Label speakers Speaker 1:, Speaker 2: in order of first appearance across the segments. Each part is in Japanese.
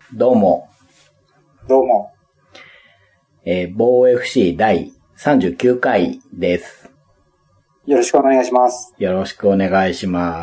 Speaker 1: どうも。
Speaker 2: どうも。
Speaker 1: 防 FC 第39回です。
Speaker 2: よろしくお願いします。
Speaker 1: よろしくお願いします。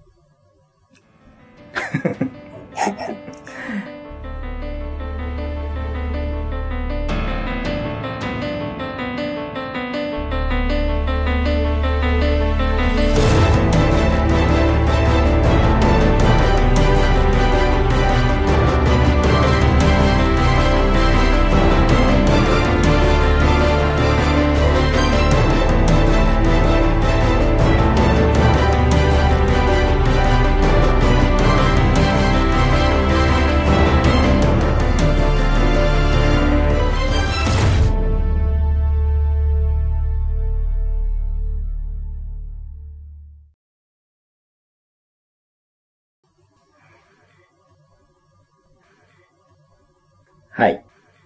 Speaker 1: はい。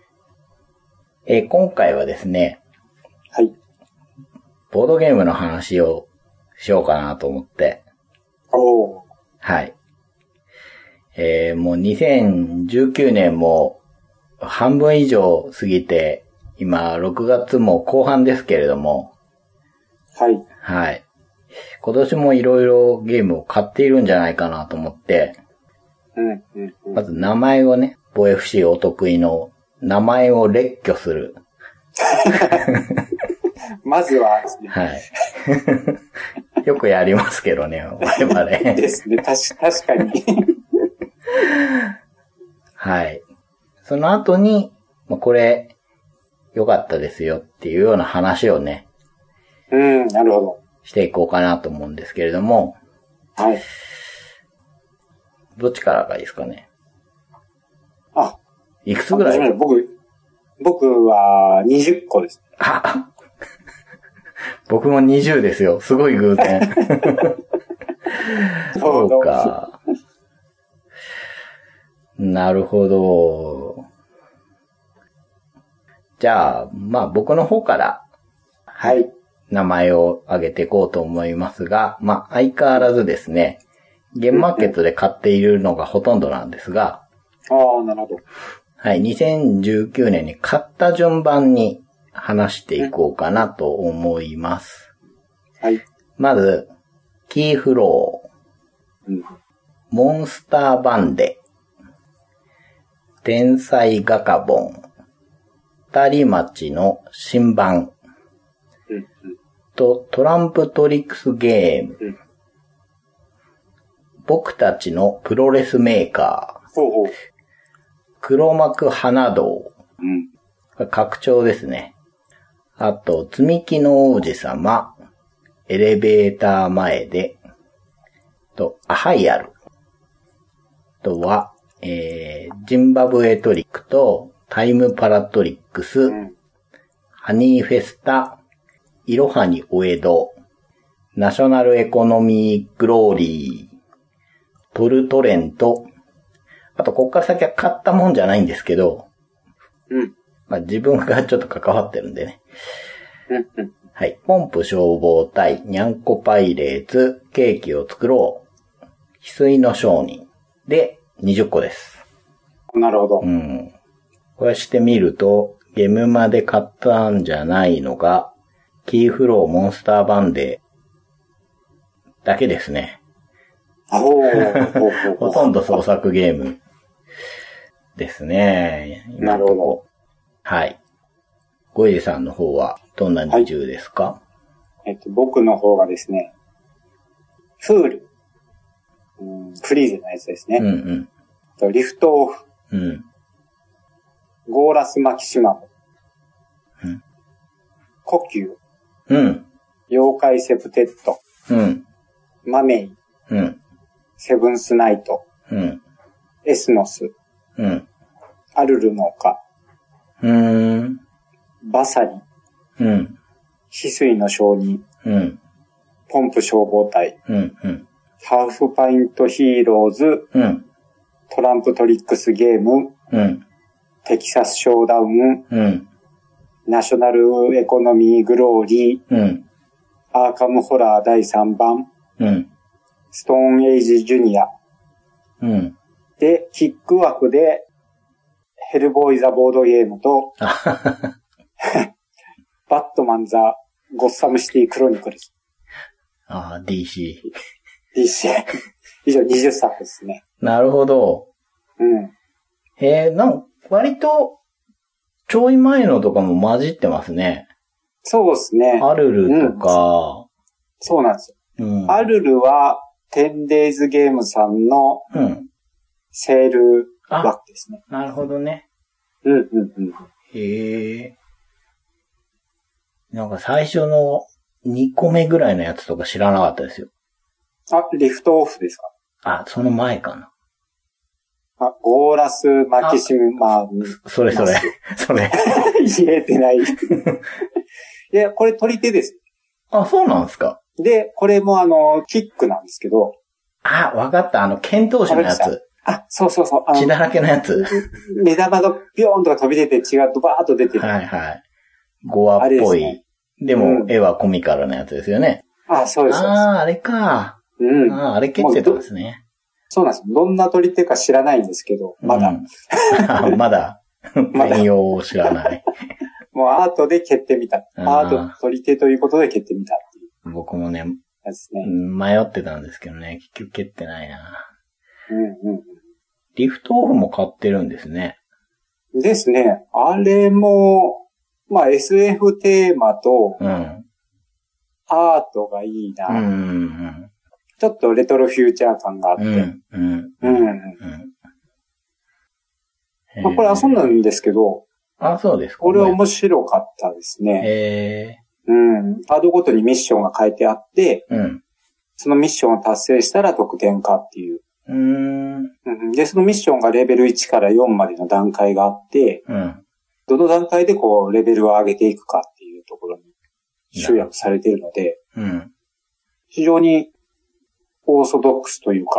Speaker 1: 今回はですね、
Speaker 2: はい。
Speaker 1: ボードゲームの話をしようかなと思って。
Speaker 2: おー。
Speaker 1: はい。もう2019年も半分以上過ぎて、今6月も後半ですけれども。
Speaker 2: はい。
Speaker 1: はい。今年もいろいろゲームを買っているんじゃないかなと思って。まず名前をね、防 FC お得意の名前を列挙する。
Speaker 2: まずは、
Speaker 1: はい。よくやりますけどね、我々。
Speaker 2: ですね、確かに。
Speaker 1: はい。その後に、これ、良かったですよっていうような話をね。
Speaker 2: なるほど。
Speaker 1: していこうかなと思うんですけれども。
Speaker 2: はい。
Speaker 1: どっちからがいいですかね。
Speaker 2: あ。
Speaker 1: いくつぐらい？
Speaker 2: 僕は20個です。
Speaker 1: あ僕も20ですよ。すごい偶然。そうか。なるほど。じゃあ、僕の方から、
Speaker 2: はい。
Speaker 1: 名前を挙げていこうと思いますが、相変わらずですね、ゲームマーケットで買っているのがほとんどなんですが、
Speaker 2: なるほど。
Speaker 1: はい、2019年に買った順番に話していこうかなと思います。
Speaker 2: はい。
Speaker 1: まず、キーフロー、モンスターバンデ、天才ガカボン、二人町の新版、とトランプトリックスゲーム、僕たちのプロレスメーカー、黒幕花道、拡張ですね。あと、積み木の王子様、エレベーター前で、と、アハイアル。あとは、ジンバブエトリックと、タイムパラトリックス、ハニーフェスタ、イロハニオエド、ナショナルエコノミーグローリー、トルトレント、あと、こっから先は買ったもんじゃないんですけど、自分がちょっと関わってるんでね。はい。ポンプ消防隊、ニャンコパイレーツ、ケーキを作ろう、翡翠の商人で20個です。
Speaker 2: なるほど。
Speaker 1: これしてみると、ゲームまで買ったんじゃないのが、キーフロー、モンスターバンデだけですね。ほとんど創作ゲームですね。
Speaker 2: なるほど。
Speaker 1: はい。ゴイジさんの方はどんな20ですか？
Speaker 2: はい、僕の方がですね、フール。フリーゼのやつですね。リフトオフ。ゴーラスマキシマム。呼吸。妖怪セプテッド。マメイ。セブンスナイト。エスノス。アルルの丘。バサリ。翡翠の商人。ポンプ消防隊。ハーフパイントヒーローズ。トランプトリックスゲーム。テキサスショーダウン。ナショナルエコノミーグローリー。アーカムホラー第3版。ストーンエイジジュニア。で、 キック枠で、ヘルボーイザボードゲームと、バットマンザゴッサムシティクロニクルズ。
Speaker 1: ああ、DC。
Speaker 2: DC。以上20作ですね。
Speaker 1: なるほど。
Speaker 2: うん。
Speaker 1: 割と、ちょい前のとかも混じってますね。
Speaker 2: そうですね。
Speaker 1: アルルとか、
Speaker 2: そうなんですよ。
Speaker 1: うん、
Speaker 2: アルルは、10days ゲームさんの、セール枠ですね。
Speaker 1: なるほどね。へえ。なんか最初の2個目ぐらいのやつとか知らなかったですよ。
Speaker 2: リフトオフですか？
Speaker 1: その前かな。
Speaker 2: ゴーラス・マキシム・
Speaker 1: それ。
Speaker 2: 言えてない。いや、これ取り手です。
Speaker 1: そうなんですか。
Speaker 2: で、これもキックなんですけど。
Speaker 1: わかった。剣闘士のやつ。
Speaker 2: そう。
Speaker 1: 血だらけのやつ。
Speaker 2: 目玉がビョーンとか飛び出て血がドバーッと出てる。
Speaker 1: はいはい。ゴアっぽい。でも、絵はコミカルなやつですよね。
Speaker 2: そうです。
Speaker 1: あれか。あれ蹴ってたんですね。
Speaker 2: そうなんです。どんな取り手か知らないんですけど、まだ。
Speaker 1: まだ、全容を知らない。
Speaker 2: もうアートで蹴ってみた。アート取り手ということで蹴ってみたっていう。
Speaker 1: 僕もね、迷ってたんですけどね、結局蹴ってないな。リフトオフも買ってるんですね。
Speaker 2: ですね。あれも、SF テーマと、アートがいいな。ちょっとレトロフューチャー感があって。これ遊んだんですけど。
Speaker 1: そうですか。
Speaker 2: これ面白かったですね。カードごとにミッションが書いてあって、そのミッションを達成したら得点かっていう。で、そのミッションがレベル1から4までの段階があって、どの段階でレベルを上げていくかっていうところに集約されているので、非常にオーソドックスというか、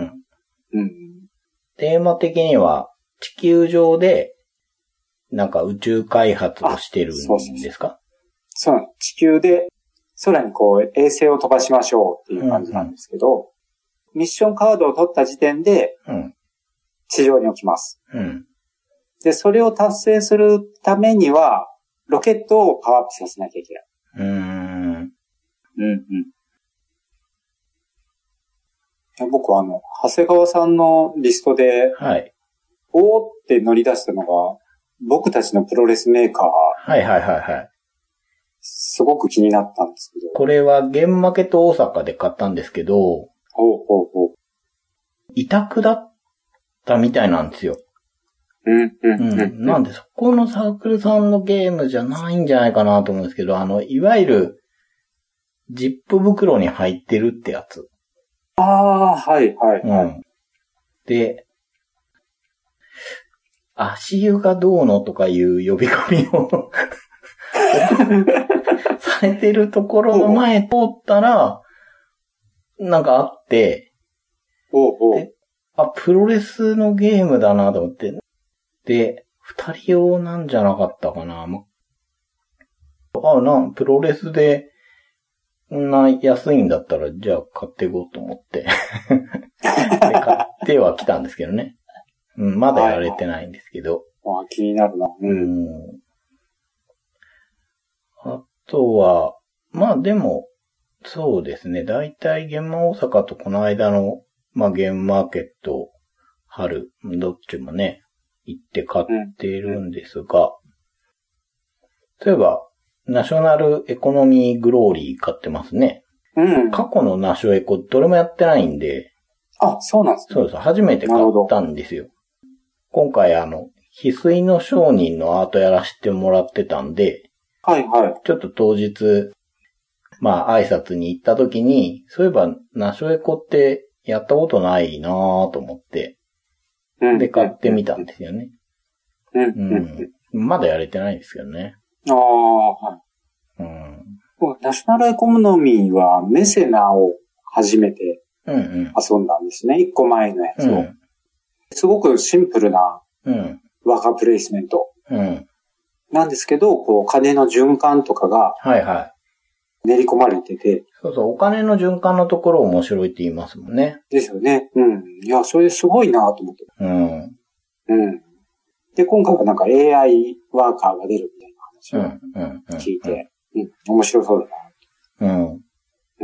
Speaker 1: テーマ的には地球上でなんか宇宙開発をしてるんですか？
Speaker 2: そう、地球で空に衛星を飛ばしましょうっていう感じなんですけど、ミッションカードを取った時点で地上に置きます。で、それを達成するためにはロケットをパワーアップさせなきゃいけない。僕は長谷川さんのリストで、おーって乗り出したのが、僕たちのプロレスメーカー。すごく気になったんですけど。
Speaker 1: これはゲームマーケット大阪で買ったんですけど、委託だったみたいなんですよ。なんでそこのサークルさんのゲームじゃないんじゃないかなと思うんですけど、いわゆるジップ袋に入ってるってやつ。で、足湯がどうのとかいう呼び込みをされてるところの前通ったら、なんかあって、プロレスのゲームだなと思って、で、二人用なんじゃなかったかな。プロレスで、こんな安いんだったら、じゃあ買っていこうと思って。で、買っては来たんですけどね。まだやれてないんですけど。
Speaker 2: 気になるな。
Speaker 1: あとは、でも、そうですね。だいたいゲーム大阪とこの間の、ゲームマーケット、春、どっちもね、行って買っているんですが、例えば、ナショナルエコノミーグローリー買ってますね。過去のナショエコどれもやってないんで。
Speaker 2: そうなんですね。
Speaker 1: そうです。初めて買ったんですよ。今回翡翠の商人のアートやらせてもらってたんで、ちょっと当日、挨拶に行った時に、そういえばナショエコってやったことないなぁと思って、で買ってみたんですよね。まだやれてないんですけどね。
Speaker 2: ナショナルエコノミーはメセナを初めて遊んだんですね。一個前のやつを。すごくシンプルなワーカープレイスメント。なんですけど、金の循環とかが、 練り込まれてて。
Speaker 1: そうそう、お金の循環のところ面白いって言いますもんね。
Speaker 2: ですよね。うん。いや、それすごいなと思って。
Speaker 1: うん。
Speaker 2: うん。で、今回はなんか AI ワーカーが出るみたいな話を聞いて、面白そうだな。うん。うん。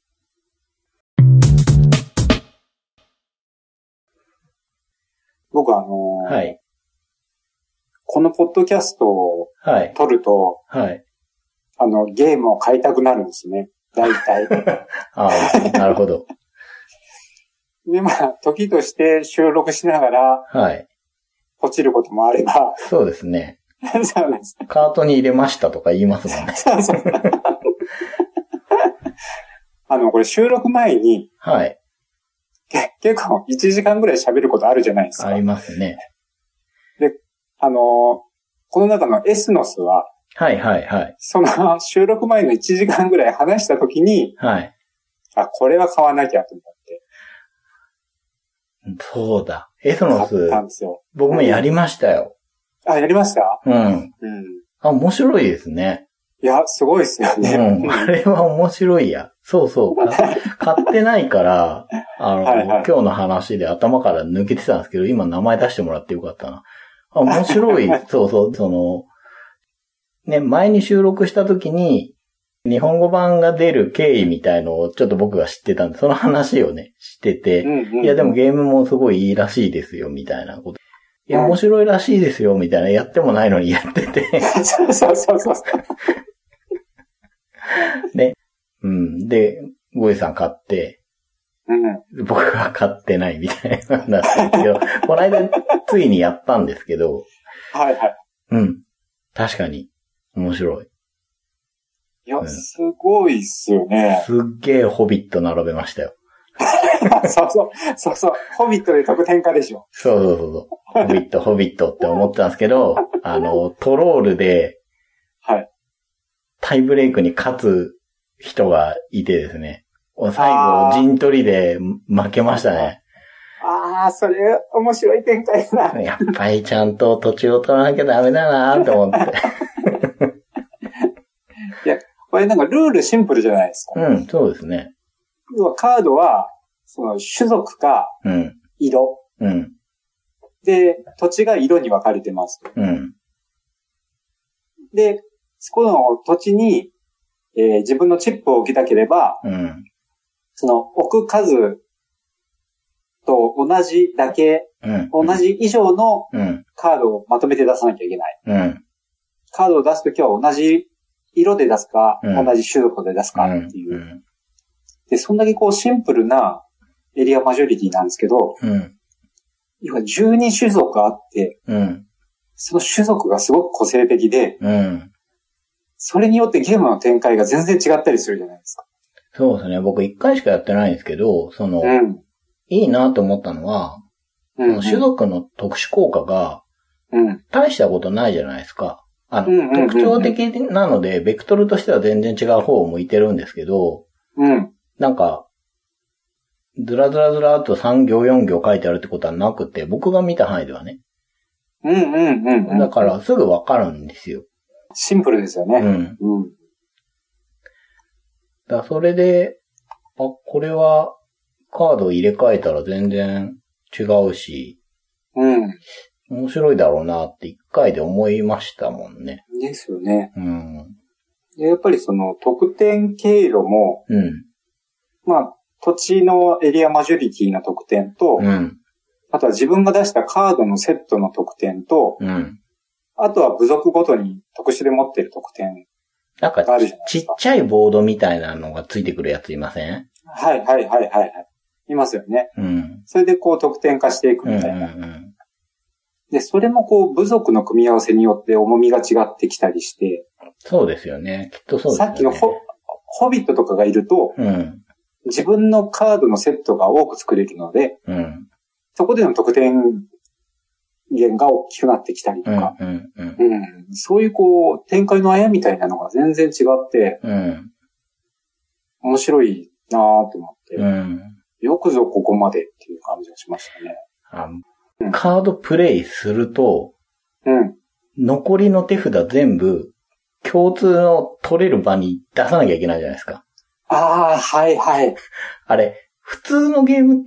Speaker 2: 僕
Speaker 1: はい。
Speaker 2: このポッドキャストを撮ると、
Speaker 1: はい。
Speaker 2: ゲームを買いたくなるんですね。大体。
Speaker 1: ああ、なるほど。
Speaker 2: で、まあ、時として収録しながら、
Speaker 1: はい。
Speaker 2: 落ちることもあれば。
Speaker 1: そうですね。
Speaker 2: そうです。
Speaker 1: カートに入れましたとか言いますもんね。そうそう。
Speaker 2: これ収録前に、
Speaker 1: はい。
Speaker 2: 結構1時間ぐらい喋ることあるじゃないですか。
Speaker 1: ありますね。
Speaker 2: で、この中のエスノスは、
Speaker 1: はいはいはい。
Speaker 2: その収録前の1時間ぐらい話したときに、
Speaker 1: はい。
Speaker 2: あ、これは買わなきゃと思
Speaker 1: って。そうだ。エスノス。
Speaker 2: 買ったんですよ。
Speaker 1: 僕もやりましたよ。
Speaker 2: あ、やりました？
Speaker 1: うん。あ、面白いですね。
Speaker 2: いや、すごいですよね。
Speaker 1: うん。あれは面白いや。そうそう。買ってないから、はいはい、今日の話で頭から抜けてたんですけど、今名前出してもらってよかったな。あ、面白い。そうそう。ね、前に収録した時に、日本語版が出る経緯みたいのをちょっと僕が知ってたんで、その話をね、してて、いやでもゲームもすごいいいらしいですよ、みたいなこと。いや、面白いらしいですよ、みたいな、やってもないのにやってて。そうそうそう。ね。うん。で、ゴエさん買って、僕は買ってないみたいななったんですけど、この間ついにやったんですけど、
Speaker 2: はいはい。
Speaker 1: うん。確かに、面白い。
Speaker 2: いや、すごいっすよね。
Speaker 1: すっげえホビット並べましたよ。
Speaker 2: そうそう。ホビットで得点家でしょ。
Speaker 1: そう。ホビットって思ってたんですけど、トロールで、
Speaker 2: はい。
Speaker 1: タイブレイクに勝つ人がいてですね。最後、陣取りで負けましたね。
Speaker 2: ああ、それ、面白い展開だな。
Speaker 1: やっぱりちゃんと土地を取らなきゃダメだなと思って。
Speaker 2: いや、これなんかルールシンプルじゃないですか。
Speaker 1: うん、そうですね。
Speaker 2: 要はカードは、その種族か、色。
Speaker 1: うん。
Speaker 2: で、土地が色に分かれてます。
Speaker 1: うん。
Speaker 2: で、この土地に、自分のチップを置きたければ、その置く数と同じだけ、同じ以上のカードをまとめて出さなきゃいけない。カードを出すときは同じ色で出すか、同じ種族で出すかっていう。で、そんだけこうシンプルなエリアマジョリティなんですけど、要は12種族あって、その種族がすごく個性的で、それによってゲームの展開が全然違ったりするじゃないですか。
Speaker 1: そうですね。僕1回しかやってないんですけど、いいなと思ったのは、種族の特殊効果が、大したことないじゃないですか。特徴的なので、ベクトルとしては全然違う方を向いてるんですけど、なんか、ずらっと3行4行書いてあるってことはなくて、僕が見た範囲ではね。だからすぐわかるんですよ。
Speaker 2: シンプルですよね。
Speaker 1: だからそれで、これはカード入れ替えたら全然違うし、面白いだろうなって1回で思いましたもんね。
Speaker 2: ですよね。でやっぱりその得点経路も、まあ、土地のエリアマジョリティの得点と、あとは自分が出したカードのセットの得点と、あとは部族ごとに特殊で持っている得点があるじゃないですか。
Speaker 1: ちっちゃいボードみたいなのがついてくるやついません？
Speaker 2: はい。いますよね。それでこう得点化していくみたいな。で、それもこう部族の組み合わせによって重みが違ってきたりして。
Speaker 1: そうですよね。きっとそうですよね。
Speaker 2: さっきのホビットとかがいると、自分のカードのセットが多く作れるので、そこでの得点源が大きくなってきたりとか、そういうこう展開のあやみたいなのが全然違って、面白いなぁと思って、よくぞここまでっていう感じがしましたね。
Speaker 1: カードプレイすると、残りの手札全部共通の取れる場に出さなきゃいけないじゃないですか。
Speaker 2: ああ、はいはい。
Speaker 1: あれ、普通のゲームって、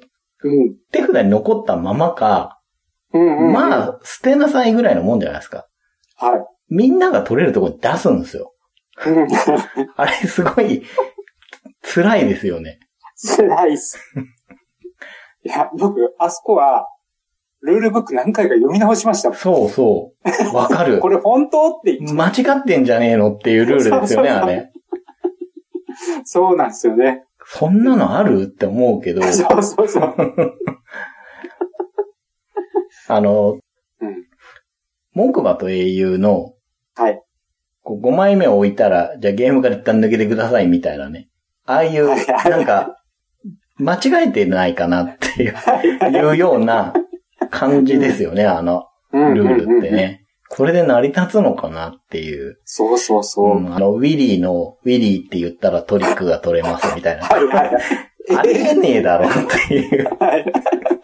Speaker 1: 手札に残ったままか、まあ、捨てなさいぐらいのもんじゃないですか。
Speaker 2: はい。
Speaker 1: みんなが取れるところに出すんですよ。あれ、すごい、辛いですよね。
Speaker 2: 辛いっす。いや、僕、あそこは、ルールブック何回か読み直しました。
Speaker 1: そうそう。わかる。
Speaker 2: これ本当って言って。
Speaker 1: 間違ってんじゃねえのっていうルールですよね、あれ。
Speaker 2: そうなんですよね。
Speaker 1: そんなのあるって思うけど。
Speaker 2: そうそうそう。
Speaker 1: 木馬と英雄の、
Speaker 2: はい。
Speaker 1: 5枚目を置いたら、じゃあゲームから一旦抜けてくださいみたいなね。ああいう、なんか、間違えてないかなっていうような感じですよね、ルールってね。これで成り立つのかなっていう。
Speaker 2: そうそうそう。
Speaker 1: ウィリーって言ったらトリックが取れますみたいな。はいはいはい。ありえねえだろっていう。はい、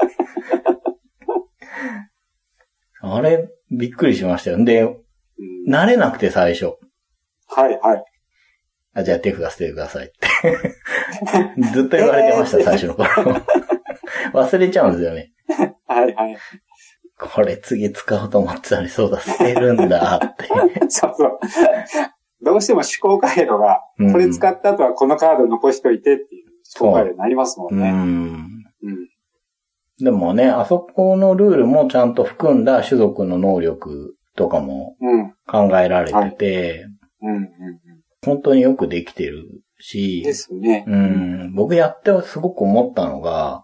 Speaker 1: あれ、びっくりしましたよ。で、慣れなくて最初。
Speaker 2: はいはい。
Speaker 1: じゃあ手札捨ててくださいって。ずっと言われてました、最初の頃。忘れちゃうんですよね。
Speaker 2: はいはい。
Speaker 1: これ次使おうと思ってたのに、そうだ、捨てるんだって。
Speaker 2: そうそう。どうしても思考回路が、これ使った後はこのカード残しといてっていう思考回路になりますもんね。
Speaker 1: でもね、あそこのルールもちゃんと含んだ種族の能力とかも考えられてて、本当によくできてるし、
Speaker 2: ですね。
Speaker 1: 僕やってすごく思ったのが、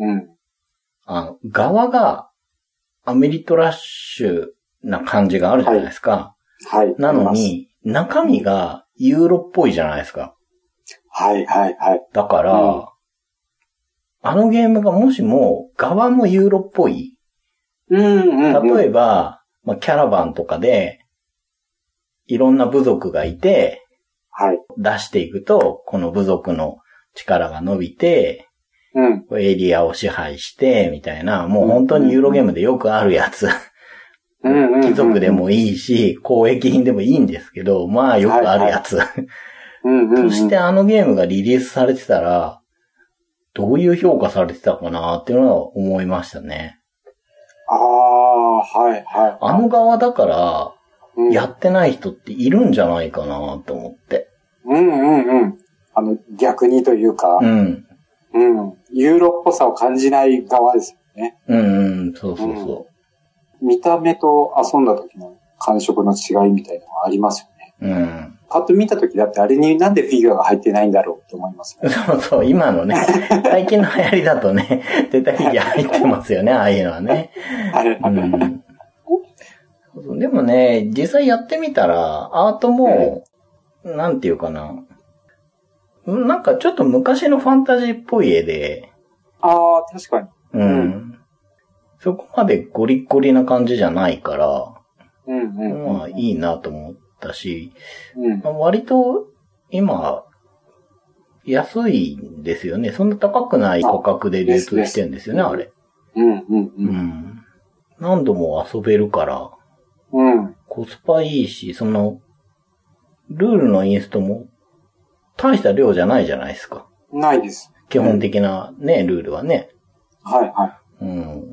Speaker 1: 側がアメリトラッシュな感じがあるじゃないですか。
Speaker 2: はい。
Speaker 1: なのに、中身がユーロっぽいじゃないですか。
Speaker 2: はいはいはい。
Speaker 1: だから、あのゲームがもしも側もユーロっぽい。例えば、キャラバンとかで、いろんな部族がいて、
Speaker 2: はい。
Speaker 1: 出していくと、この部族の力が伸びて、エリアを支配して、みたいな、もう本当にユーロゲームでよくあるやつ。貴族でもいいし、交易品でもいいんですけど、まあよくあるやつ。そしてあのゲームがリリースされてたら、どういう評価されてたかなっていうのは思いましたね。
Speaker 2: ああ、はいはい。
Speaker 1: あの側だから、やってない人っているんじゃないかなと思って。
Speaker 2: 逆にというか、ユーロっぽさを感じない側ですよね。
Speaker 1: そうそうそう。
Speaker 2: 見た目と遊んだ時の感触の違いみたいなのがありますよね。パッと見た時だってあれになんでフィギュアが入ってないんだろうって思います、ね。
Speaker 1: そうそう、今のね、最近の流行りだとね、絶対フィギュア入ってますよね、ああいうのはね。でもね、実際やってみたら、アートも、なんていうかな。なんかちょっと昔のファンタジーっぽい絵で。
Speaker 2: ああ、確かに。
Speaker 1: そこまでゴリゴリな感じじゃないから、まあいいなと思ったし、割と今、安いんですよね。そんな高くない価格で流通してるんですよね、あれ。何度も遊べるから、コスパいいし、ルールのインストも大した量じゃないじゃないですか。
Speaker 2: ないです。
Speaker 1: 基本的なね、ルールはね。
Speaker 2: はいはい。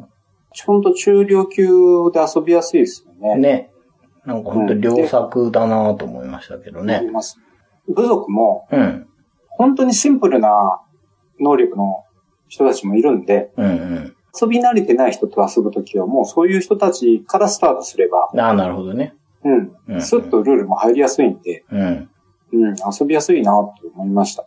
Speaker 2: ちゃんと中量級で遊びやすいですよね。
Speaker 1: ね。なんか本当に良作だなと思いましたけどね。
Speaker 2: あります。部族も、本当にシンプルな能力の人たちもいるんで、遊び慣れてない人と遊ぶときはもうそういう人たちからスタートすれば。
Speaker 1: なるほどね。
Speaker 2: スッとルールも入りやすいんで、遊びやすいなと思いました。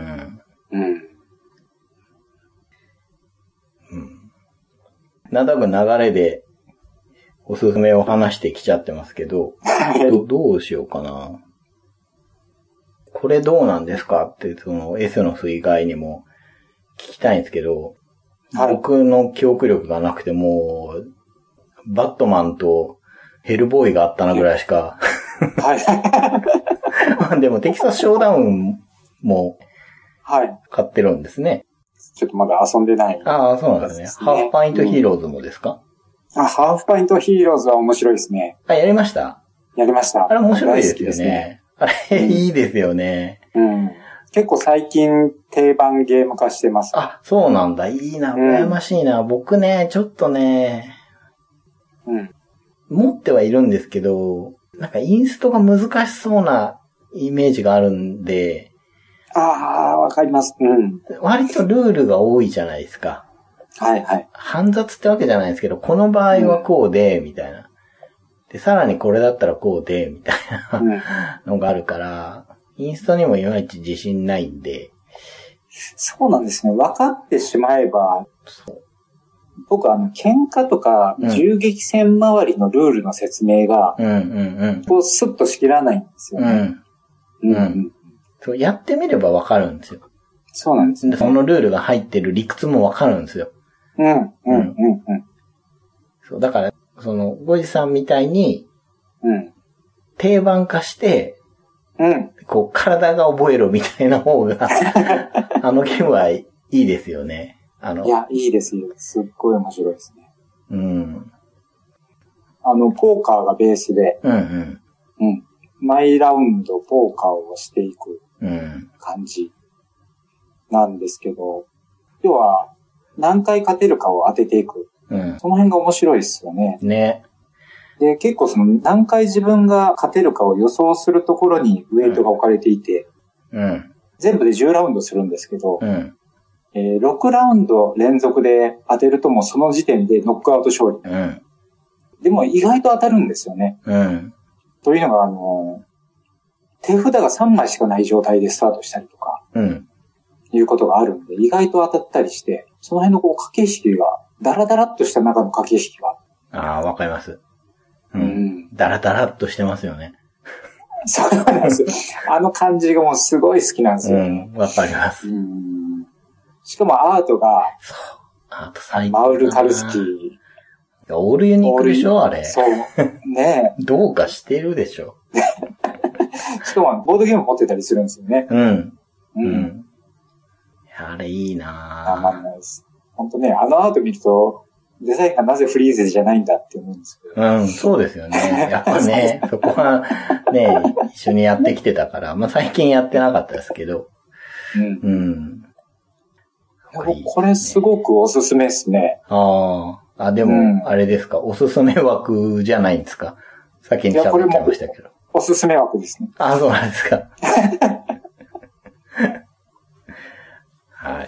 Speaker 1: なんとなく流れでおすすめを話してきちゃってますけど、どうしようかな。これどうなんですかって、エスノス以外にも聞きたいんですけど、僕の記憶力がなくてもう、バットマンとヘルボーイがあったなぐらいしか。でもテキサスショーダウンも買ってるんですね。
Speaker 2: ちょっとまだ遊んでない。
Speaker 1: ああ、そうなんですね。ハーフパイントヒーローズもですか？
Speaker 2: ハーフパイントヒーローズは面白いですね。
Speaker 1: やりました？
Speaker 2: やりました。
Speaker 1: あれ面白いですよね。あれ、いいですよね。
Speaker 2: うん。結構最近定番ゲーム化してます。
Speaker 1: あ、そうなんだ。いいな、羨ましいな。僕ね、ちょっとね、持ってはいるんですけど、なんかインストが難しそうなイメージがあるんで。
Speaker 2: ああ、わかります。うん。
Speaker 1: 割とルールが多いじゃないですか。
Speaker 2: はいはい。
Speaker 1: 煩雑ってわけじゃないですけど、この場合はこうで、みたいな。で、さらにこれだったらこうで、みたいなのがあるから、インストにもいまいち自信ないんで。
Speaker 2: そうなんですね。分かってしまえば、僕喧嘩とか銃撃戦周りのルールの説明が、こうスッとしきらないんですよね。そうや
Speaker 1: ってみれば分かるんですよ。
Speaker 2: そうなんですね。
Speaker 1: そのルールが入ってる理屈も分かるんですよ。そう、だから、ゴジさんみたいに、定番化して、こう、体が覚えろみたいな方が、ゲームはいいですよね。
Speaker 2: いや、いいですよ。すっごい面白いですね。
Speaker 1: うん。
Speaker 2: ポーカーがベースで、毎ラウンドポーカーをしていく感じなんですけど、要は、何回勝てるかを当てていく。その辺が面白いですよね。
Speaker 1: ね。
Speaker 2: で、結構何回自分が勝てるかを予想するところにウェイトが置かれていて、全部で10ラウンドするんですけど、6ラウンド連続で当てるともうその時点でノックアウト勝利。でも意外と当たるんですよね。というのが、手札が3枚しかない状態でスタートしたりとか、いうことがあるんで、意外と当たったりして、その辺の駆け引きが、ダラダラっとした中の駆け引きが。
Speaker 1: ああ、わかります。ダラダラっとしてますよね。
Speaker 2: そうなんです。感じがもうすごい好きなんですよ。
Speaker 1: わかります。
Speaker 2: しかもアートが、
Speaker 1: そう。アート最
Speaker 2: 高。マウル・カルスキー。
Speaker 1: オールユニークでしょあれ。
Speaker 2: そう。ね
Speaker 1: え。どうかしてるでしょ。
Speaker 2: しかもボードゲーム持ってたりするんですよね。
Speaker 1: あれいいなぁ。
Speaker 2: たまんないです。本当ね、アート見ると、デザインがなぜフリーゼじゃないんだって思うんですけ
Speaker 1: ど。そうですよね。やっぱね、そこはね、一緒にやってきてたから、まあ最近やってなかったですけど。
Speaker 2: これすごくおすすめですね。
Speaker 1: でも、あれですか、おすすめ枠じゃないんですか。先に喋っちゃいましたけど。
Speaker 2: おすすめ枠ですね。
Speaker 1: そうなんですか。はい。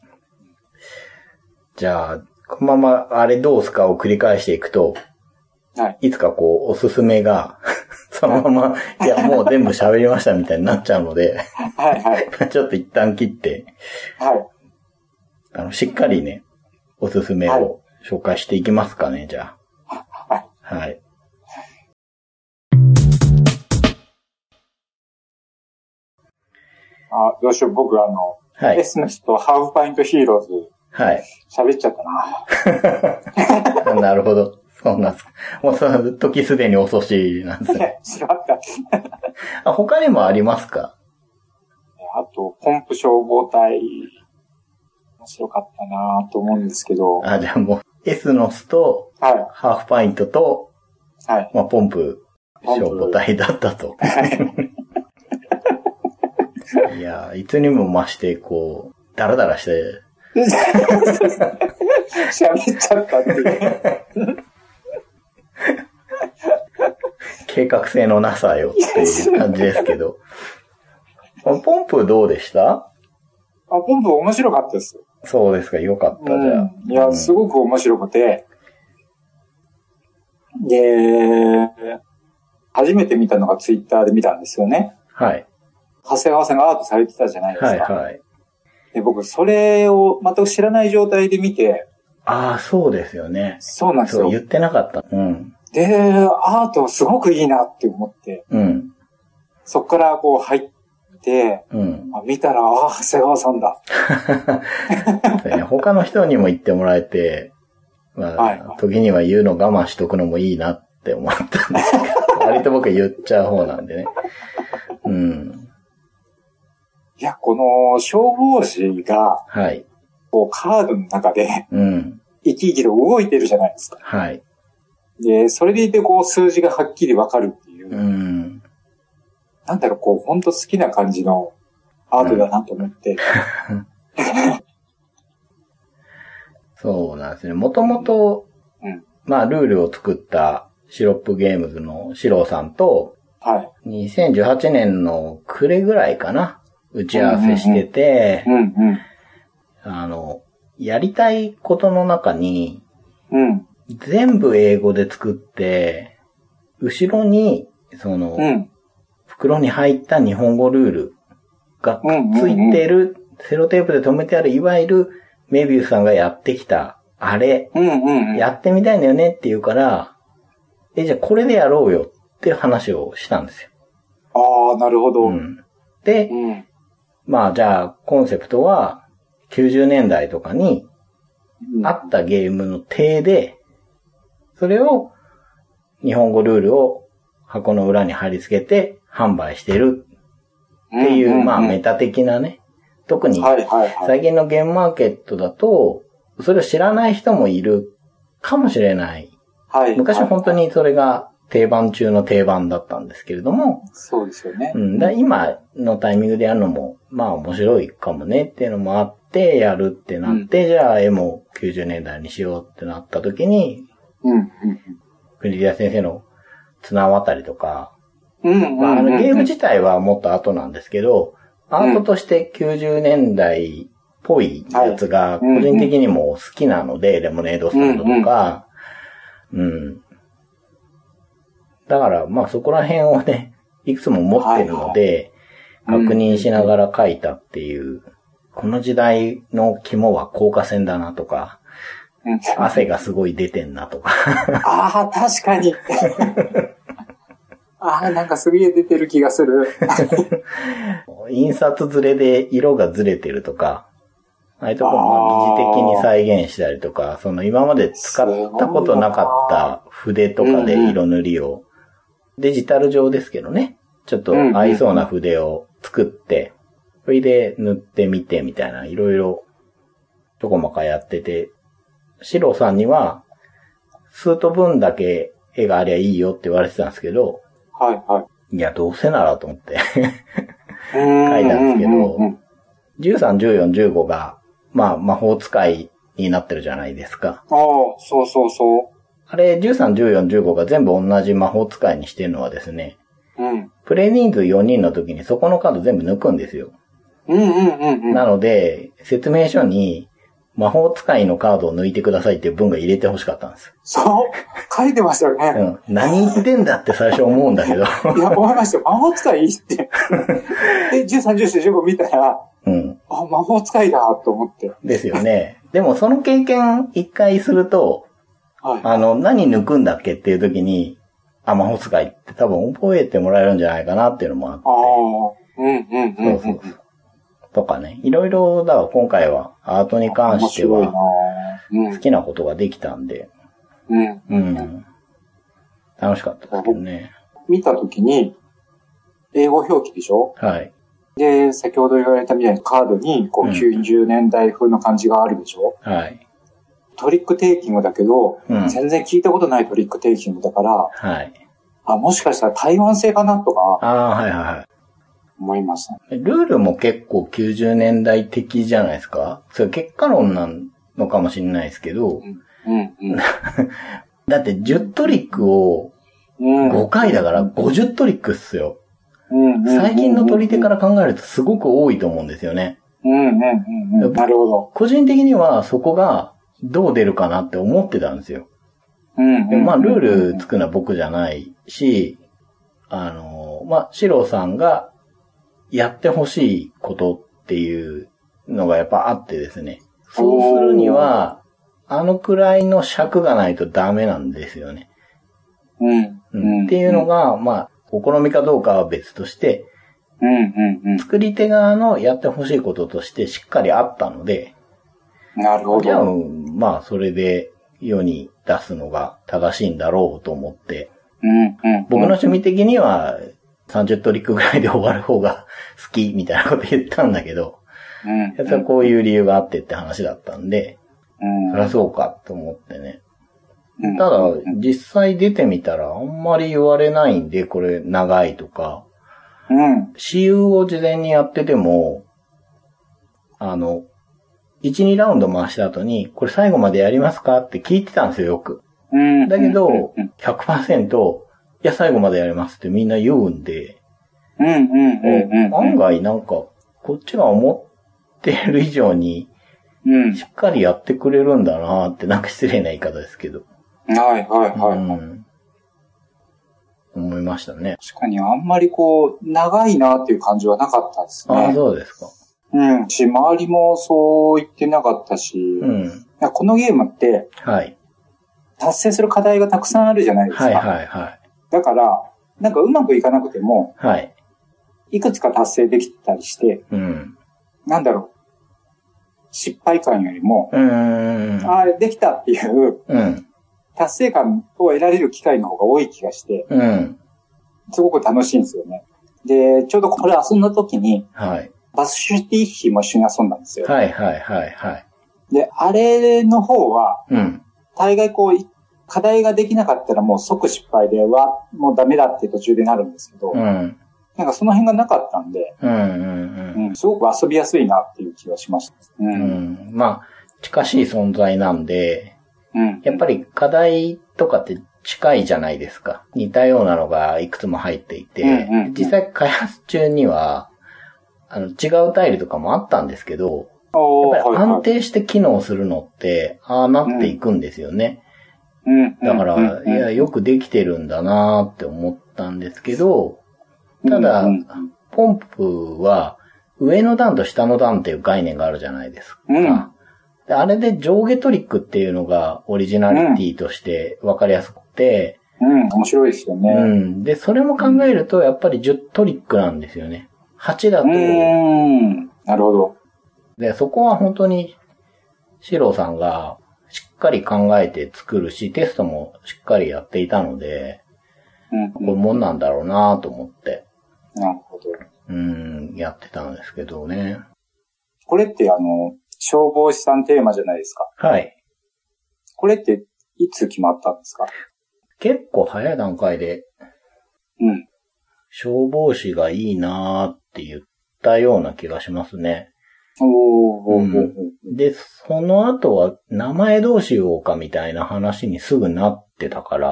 Speaker 1: じゃあ、このまま、あれどうすかを繰り返していくと、いつかこう、おすすめが、そのまま、いや、もう全部喋りましたみたいになっちゃうので、ちょっと一旦切って、しっかりね、おすすめを紹介していきますかね、じゃあ。はい。
Speaker 2: どうしよう、僕エスネスとハーフパイントヒーローズ、喋っちゃった
Speaker 1: な。なるほど。そうなんですか。もうその時すでに遅しなんですね。
Speaker 2: しまった。
Speaker 1: 他にもありますか？
Speaker 2: あと、ポンプ消防隊、面白かったなと思うんですけど。
Speaker 1: じゃあもう、エスノスと、ハーフパイントと、まあ、ポンプ消防隊だったと。いや、いつにも増して、こう、ダラダラして。
Speaker 2: 喋っちゃったっていう。
Speaker 1: 計画性のなさよっていう感じですけど。ポンプどうでした？
Speaker 2: ポンプ面白かったです。
Speaker 1: そうですか、よかった、じゃあ。
Speaker 2: いや、すごく面白くて。で、初めて見たのがツイッターで見たんですよね。長谷川さんがアートされてたじゃないですか。で、僕、それを全く知らない状態で見て。
Speaker 1: そうですよね。
Speaker 2: そうなんですよ。
Speaker 1: そう言ってなかった。
Speaker 2: で、アートすごくいいなって思って。そっからこう入って、見たら、長谷川さんだ。
Speaker 1: 他の人にも言ってもらえて、時には言うの我慢しとくのもいいなって思ったんですけど、割と僕言っちゃう方なんでね。
Speaker 2: いや、この消防士が、こうカードの中で、生き生きと動いてるじゃないですか。で、それでいてこう数字がはっきりわかるっていいう。なんだろう、こう、ほんと好きな感じのアートだなと思って。
Speaker 1: そうなんですね。もともと、まあ、ルールを作ったシロップゲームズのシローさんと、はい。2018年の暮れぐらいかな、打ち合わせしてて、やりたいことの中に、全部英語で作って、後ろに、袋に入った日本語ルールがくっついてる、セロテープで留めてある、いわゆるメビウスさんがやってきた、あれ、やってみたいんだよねって言うから、じゃあこれでやろうよっていう話をしたんですよ。
Speaker 2: ああ、なるほど。
Speaker 1: で、まあじゃあコンセプトは90年代とかにあったゲームの体で、それを日本語ルールを箱の裏に貼り付けて販売してるっていう、まあメタ的なね。特に最近のゲームマーケットだと、それを知らない人もいるかもしれない。昔は本当にそれが定番中の定番だったんですけれども。
Speaker 2: そうですよね。
Speaker 1: 今のタイミングでやるのも、まあ面白いかもねっていうのもあって、やるってなって、じゃあ絵も90年代にしようってなった時に、国枝先生の綱渡りとか、ゲーム自体はもっと後なんですけど、アートとして90年代っぽいやつが個人的にも好きなので、レモネードスタンドとか、だからまあそこら辺をね、いくつも持ってるので、確認しながら書いたっていう、この時代の肝は硬化線だなとか、汗がすごい出てんなとか。
Speaker 2: ああ、確かに。なんかすげえ出てる気がする。
Speaker 1: 印刷ずれで色がずれてるとか、ああいうところも疑似的に再現したりとか、今まで使ったことなかった筆とかで色塗りを、デジタル上ですけどね、ちょっと合いそうな筆を作って、それで塗ってみてみたいな、いろいろちょこまかやってて、シロさんには、スート分だけ絵がありゃいいよって言われてたんですけど、いや、どうせならと思って書いたんですけど、13、14、15が、まあ、魔法使いになってるじゃないですか。
Speaker 2: そうそうそう。
Speaker 1: あれ、13、14、15が全部同じ魔法使いにしてるのはですね、プレイ人数4人の時にそこのカード全部抜くんですよ。なので、説明書に、魔法使いのカードを抜いてくださいっていう文が入れてほしかったんです。
Speaker 2: そう。書いてましたよね。
Speaker 1: 何言ってんだって最初思うんだけど。
Speaker 2: いや、思いましたよ。魔法使いって。で、13、14、15見たら、魔法使いだと思って。
Speaker 1: ですよね。でもその経験一回すると、何抜くんだっけっていう時に、魔法使いって多分覚えてもらえるんじゃないかなっていうのもあって。そう。とかね。いろいろ、だから今回はアートに関しては好きなことができたんで、楽しかったですけどね。
Speaker 2: 見たときに、英語表記でしょ？で、先ほど言われたみたいにカードにこう90年代風の感じがあるでしょ？トリックテイキングだけど、全然聞いたことないトリックテイキングだから、もしかしたら台湾製かなとか、思います、
Speaker 1: ね。ルールも結構90年代的じゃないですか？それ結果論なのかもしれないですけど、だって10トリックを5回だから50トリックっすよ。最近の取り手から考えるとすごく多いと思うんですよね。
Speaker 2: なるほど。
Speaker 1: 個人的にはそこがどう出るかなって思ってたんですよ。でまあルール作るのは僕じゃないし、シロさんがやってほしいことっていうのがやっぱあってですね。そうするには、くらいの尺がないとダメなんですよね。っていうのが、まあ、お好みかどうかは別として、作り手側のやってほしいこととしてしっかりあったので、
Speaker 2: なるほど。
Speaker 1: じゃあ、まあ、それで世に出すのが正しいんだろうと思って、僕の趣味的には30トリックぐらいで終わる方が好きみたいなこと言ったんだけど、やつはこういう理由があってって話だったんで、そりゃそうかと思ってね。 ただ、実際出てみたらあんまり言われないんで、これ長いとか。私有を事前にやってても、1、2ラウンド回した後に、これ最後までやりますかって聞いてたんですよ、よく。だけど、100%、いや、最後までやりますってみんな言うんで、案外なんか、こっちが思ってる以上に、しっかりやってくれるんだなって、なんか失礼な言い方ですけど。思いましたね。
Speaker 2: 確かにあんまり長いなっていう感じはなかったですね。
Speaker 1: そうですか。
Speaker 2: 周りもそう言ってなかったし、このゲームって、達成する課題がたくさんあるじゃないですか。だから、なんかうまくいかなくても、いくつか達成できたりして、なんだろう、失敗感よりも、できたっていう、達成感を得られる機会の方が多い気がして、すごく楽しいんですよね。で、ちょうどこれ遊んだ時に、バスシュティッヒも一緒に遊んだんですよ。で、あれの方は、大概課題ができなかったらもう即失敗で、もうダメだって途中でなるんですけど、なんかその辺がなかったんで、すごく遊びやすいなっていう気がしました。
Speaker 1: まあ、近しい存在なんで、やっぱり課題とかって近いじゃないですか。似たようなのがいくつも入っていて、実際開発中には、違うタイルとかもあったんですけど、やっぱり安定して機能するのって、なっていくんですよね。だから、いや、よくできてるんだなーって思ったんですけど、ただ、ポンプは、上の段と下の段っていう概念があるじゃないですか。あれで上下トリックっていうのがオリジナリティとして分かりやすくて、
Speaker 2: 面白いですよね。
Speaker 1: で、それも考えると、やっぱり10トリックなんですよね。8だと。
Speaker 2: なるほど。
Speaker 1: で、そこは本当に、シローさんがしっかり考えて作るし、テストもしっかりやっていたので、こういうもんなんだろうなと思って。
Speaker 2: なるほど。
Speaker 1: やってたんですけどね。
Speaker 2: これって消防士さんテーマじゃないですか。これっていつ決まったんですか？
Speaker 1: 結構早い段階で、消防士がいいなーって言ったような気がしますね。で、その後は名前どうしようかみたいな話にすぐなってたから、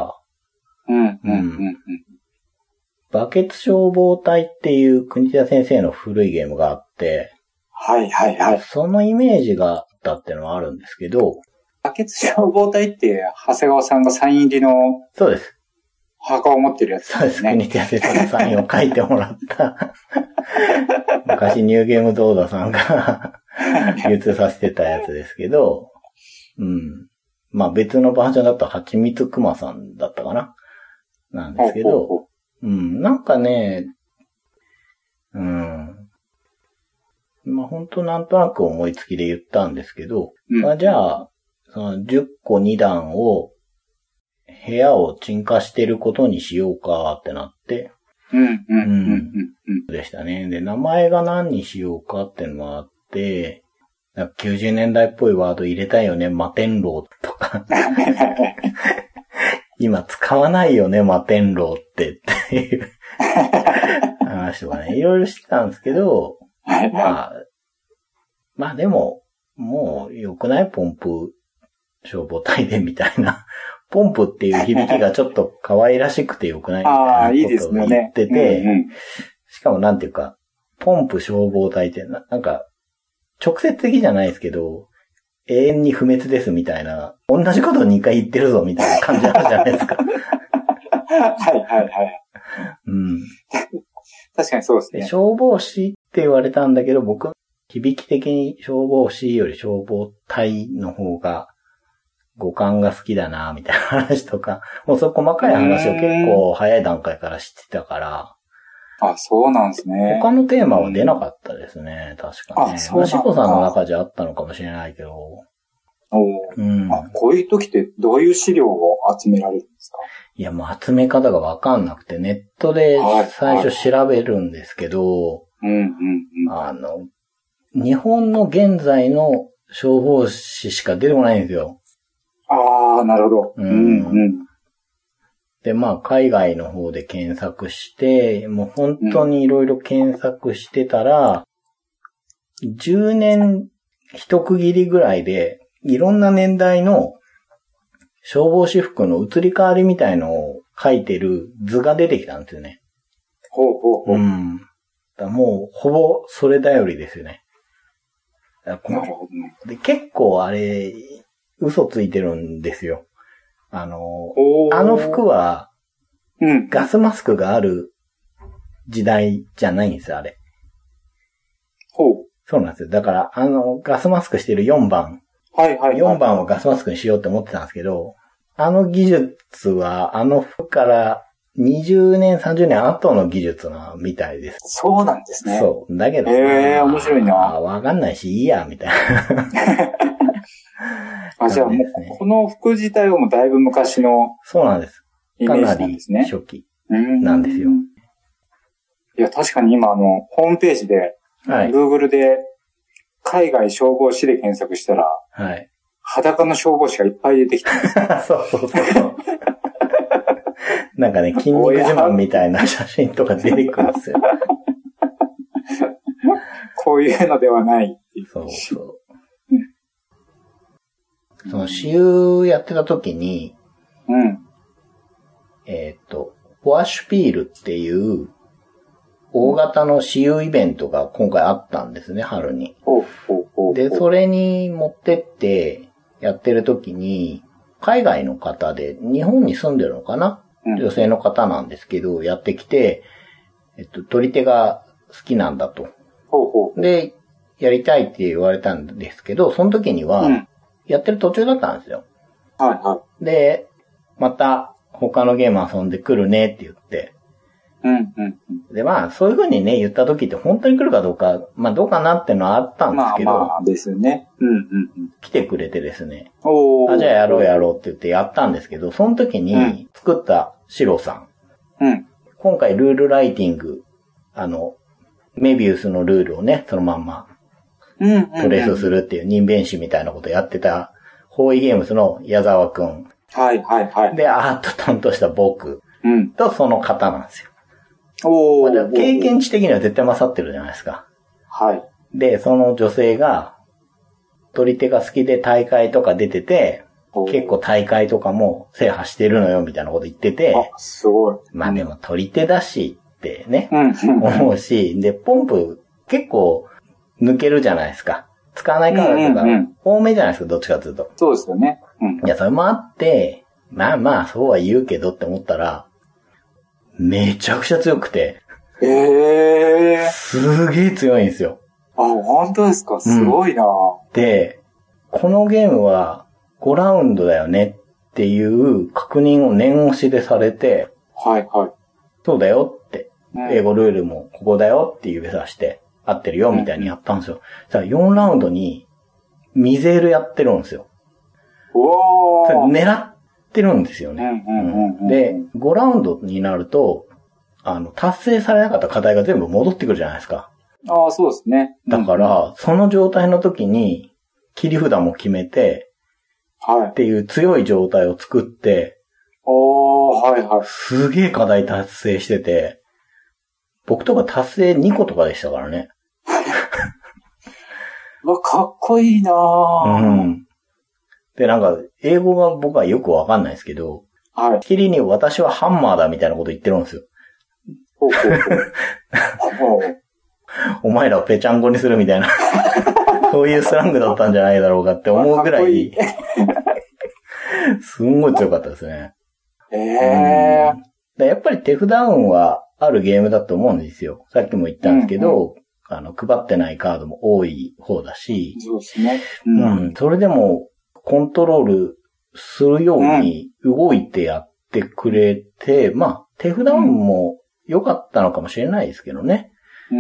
Speaker 1: バケツ消防隊っていう国田先生の古いゲームがあって、そのイメージがあったっていうのはあるんですけど、
Speaker 2: バケツ消防隊って長谷川さんがサイン入りの、
Speaker 1: そうです。
Speaker 2: 墓を持ってるやつですね。
Speaker 1: そうです。国田先生のサインを書いてもらった。昔ニューゲームドーダさんが流通させてたやつですけど、まあ別のバージョンだとはちみつくまさんだったかななんですけど、なんかね、まあ本当なんとなく思いつきで言ったんですけど、じゃあ、その10個2段を部屋を沈下してることにしようかってなって。でしたね。で、名前が何にしようかってのもあって、90年代っぽいワード入れたいよね、摩天楼とか。今使わないよね、摩天楼っていう話とかね、いろいろしてたんですけど、まあでも、もう良くないポンプ消防隊でみたいな。ポンプっていう響きがちょっと可愛らしくて良くないみたいなことを言ってて、しかもなんていうか、ポンプ消防隊ってなんか、直接的じゃないですけど、永遠に不滅ですみたいな、同じことを2回言ってるぞみたいな感じあるじゃないですか。
Speaker 2: 確かにそうですね。
Speaker 1: 消防士って言われたんだけど、僕、響き的に消防士より消防隊の方が、五感が好きだな、みたいな話とか、もうそう細かい話を結構早い段階から知ってたから。
Speaker 2: そうなんですね。
Speaker 1: 他のテーマは出なかったですね、確かね。そうなんだ。シコさんの中じゃあったのかもしれないけど。
Speaker 2: こういう時ってどういう資料を集められるんですか？
Speaker 1: いや、もう集め方がわかんなくて、ネットで最初調べるんですけど、日本の現在の消防士しか出てこないんですよ。
Speaker 2: あ、なるほど。
Speaker 1: で、まあ、海外の方で検索して、もう本当にいろいろ検索してたら、10年一区切りぐらいで、いろんな年代の消防士服の移り変わりみたいのを書いてる図が出てきたんですよね。
Speaker 2: ほうほうほう。
Speaker 1: だもう、ほぼそれ頼りですよね。なるほどね。で、結構あれ、嘘ついてるんですよ。あの服は、ガスマスクがある時代じゃないんですよ、あれ。
Speaker 2: ほう。
Speaker 1: そうなんですよ。だから、ガスマスクしてる4番。
Speaker 2: はいはい、はい。
Speaker 1: 4番をガスマスクにしようって思ってたんですけど、あの技術は、あの服から20年、30年後の技術なみたいです。
Speaker 2: そうなんですね。
Speaker 1: そう。だけど、
Speaker 2: 面白いな。
Speaker 1: わかんないし、いいや、みたいな。
Speaker 2: じゃあもう、この服自体はもうだいぶ昔の。
Speaker 1: そうなんです。かなり初期なんですよ。
Speaker 2: いや、確かに今ホームページで、
Speaker 1: はい、
Speaker 2: Google で海外消防士で検索したら、
Speaker 1: はい、
Speaker 2: 裸の消防士がいっぱい出てきた。
Speaker 1: そうそうそう。なんかね、筋肉自慢みたいな写真とか出てくるんですよ。
Speaker 2: こういうのではないっていう。
Speaker 1: そうそう。その私有やってた時に、フォアシュピールっていう大型の私有イベントが今回あったんですね、春に。で、それに持ってってやってる時に、海外の方で日本に住んでるのかな、女性の方なんですけど、やってきて、取り手が好きなんだと。で、やりたいって言われたんですけど、その時には、やってる途中だったんですよ。で、また他のゲーム遊んでくるねって言って。で、まあ、そういう風にね、言った時って本当に来るかどうか、まあどうかなってのはあったんですけど。
Speaker 2: まあですね。
Speaker 1: 来てくれてですね。じゃあやろうって言ってやったんですけど、その時に作ったシロさん。今回ルールライティング、メビウスのルールをね、そのまんま、トレースするっていう人弁士みたいなことやってた、ホーイゲームスの矢沢くん。で、アート担当した僕とその方なんですよ。経験値的には絶対勝ってるじゃないですか。で、その女性が、取り手が好きで大会とか出てて、結構大会とかも制覇してるのよみたいなこと言ってて、
Speaker 2: すごい。
Speaker 1: まあでも取り手だしってね、思うし、で、ポンプ結構抜けるじゃないですか。使わないカードが多めじゃないですか、どっちかというと。
Speaker 2: そうですよね。
Speaker 1: いや、それもあって、まあ、そうは言うけどって思ったら、めちゃくちゃ強くて。すげえ強いんですよ。
Speaker 2: 本当ですか？すごいな、
Speaker 1: で、このゲームは5ラウンドだよねっていう確認を念押しでされて、そうだよって、英語ルールもここだよって指さして、合ってるよみたいにやったんですよ。さあ4ラウンドにミゼールやってるんですよ。狙ってるんですよね。で、5ラウンドになると、達成されなかった課題が全部戻ってくるじゃないですか。
Speaker 2: そうですね。
Speaker 1: だから、その状態の時に、切り札も決めて、っていう強い状態を作って、すげえ課題達成してて、僕とか達成2個とかでしたからね。
Speaker 2: かっこいいなぁ。
Speaker 1: で、なんか、英語が僕はよくわかんないですけど、しきりに私はハンマーだみたいなこと言ってるんですよ。お前らをペチャンコにするみたいな、そういうスラングだったんじゃないだろうかって思うぐらい、すんごい強かったですね。やっぱり手札運はあるゲームだと思うんですよ。さっきも言ったんですけど、配ってないカードも多い方だし、
Speaker 2: そうですね。
Speaker 1: それでもコントロールするように動いてやってくれて、まあ手札運も良かったのかもしれないですけどね。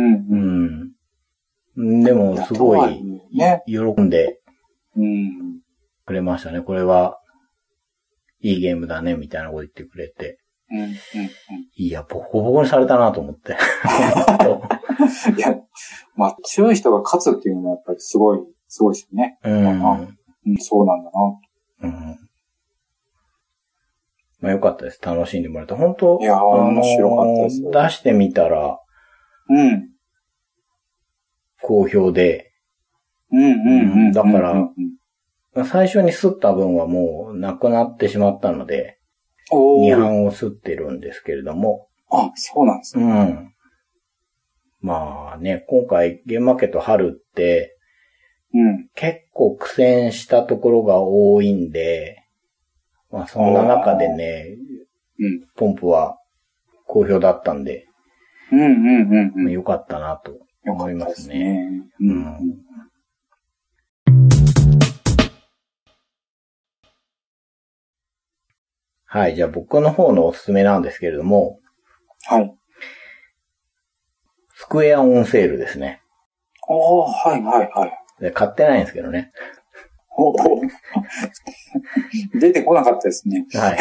Speaker 1: でもすごい喜んでくれましたね。これはいいゲームだねみたいなこと言ってくれて。いや、ボコボコにされたなと思って。
Speaker 2: いや、まあ強い人が勝つっていうのはやっぱりすごいですよね。そうなんだな。
Speaker 1: まあよかったです。楽しんでもらって。本当
Speaker 2: いやー、面白かったです。
Speaker 1: 出してみたら、
Speaker 2: うん。
Speaker 1: 好評で。だから、最初に吸った分はもうなくなってしまったので、2版を吸ってるんですけれども。
Speaker 2: あ、そうなんですね。
Speaker 1: まあね、今回ゲームマーケット春って、結構苦戦したところが多いんで、まあそんな中でね、ポンプは好評だったんで、よかったなと思いますね。はい、じゃあ僕の方のおすすめなんですけれども、
Speaker 2: はい。
Speaker 1: スクエアオンセールですね。
Speaker 2: はい。
Speaker 1: 買ってないんですけどね。
Speaker 2: 出てこなかったですね。
Speaker 1: はい。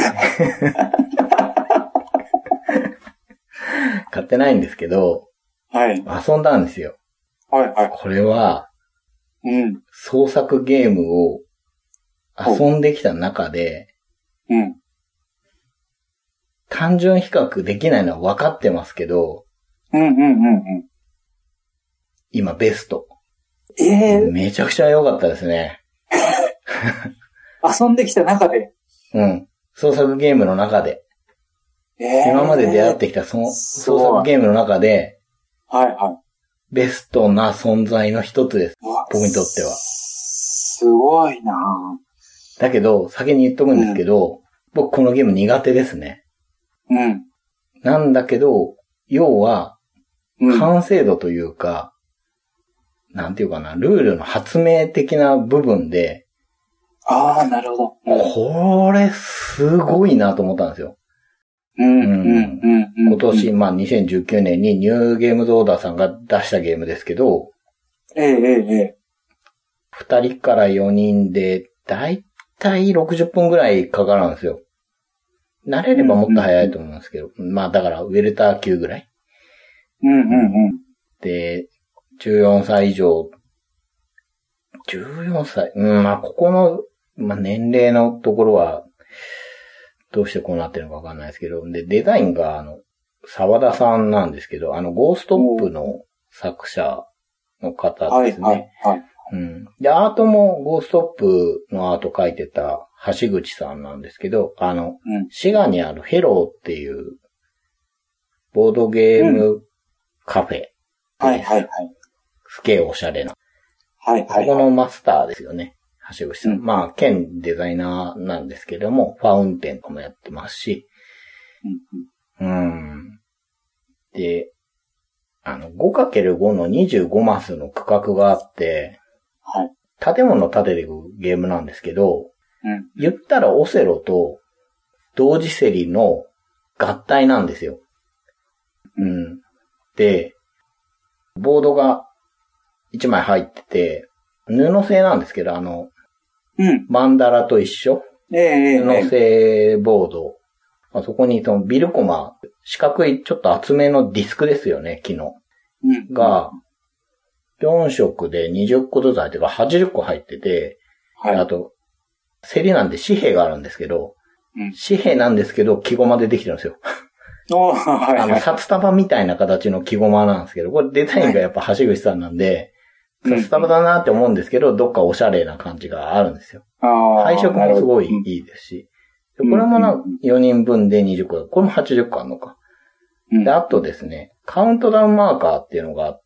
Speaker 1: 買ってないんですけど、
Speaker 2: はい。
Speaker 1: 遊んだんですよ。これは、創作ゲームを遊んできた中で、単純比較できないのは分かってますけど、今ベスト。めちゃくちゃ良かったですね。
Speaker 2: 遊んできた中で。
Speaker 1: 創作ゲームの中で。今まで出会ってきた創作ゲームの中で、ベストな存在の一つです。僕にとっては。
Speaker 2: すごいなぁ。
Speaker 1: だけど、先に言っとくんですけど、僕このゲーム苦手ですね。なんだけど、要は、完成度というか、なんていうかな、ルールの発明的な部分で、
Speaker 2: なるほど。
Speaker 1: これ、すごいなと思ったんですよ。今年、まあ、2019年にニューゲームズオーダーさんが出したゲームですけど、2人から4人で、だいたい60分ぐらいかかるんですよ。慣れればもっと早いと思うんですけど、まあ、だから、ウェルター級ぐらい。で、14歳以上、14歳、まあ、ここの、まあ、年齢のところは、どうしてこうなってるのかわかんないですけど、で、デザインが、沢田さんなんですけど、ゴーストップの作者の方ですね。で、アートもゴーストップのアート描いてた橋口さんなんですけど、滋賀にあるヘローっていう、ボードゲームカフェ。すげえおしゃれな。ここのマスターですよね。橋口さん。まあ、兼デザイナーなんですけども、ファウンテンとかもやってますし。で、5×5 の25マスの区画があって、建物を建てていくゲームなんですけど、言ったらオセロと同時競りの合体なんですよ。で、ボードが1枚入ってて、布製なんですけど、マンダラと一緒、布製ボード。そこにそのビルコマ、四角いちょっと厚めのディスクですよね、木の。が、4色で20個ずつ入ってるから80個入ってて、あと、競りなんで紙幣があるんですけど、紙幣なんですけど、木ゴマでできてるんですよ。札束みたいな形の木ゴマなんですけど、これデザインがやっぱ橋口さんなんで、札束だなって思うんですけど、どっかおしゃれな感じがあるんですよ。配色もすごいいいですし。これも4人分で20個だ。これも80個あるのか。で、あとですね、カウントダウンマーカーっていうのがあって、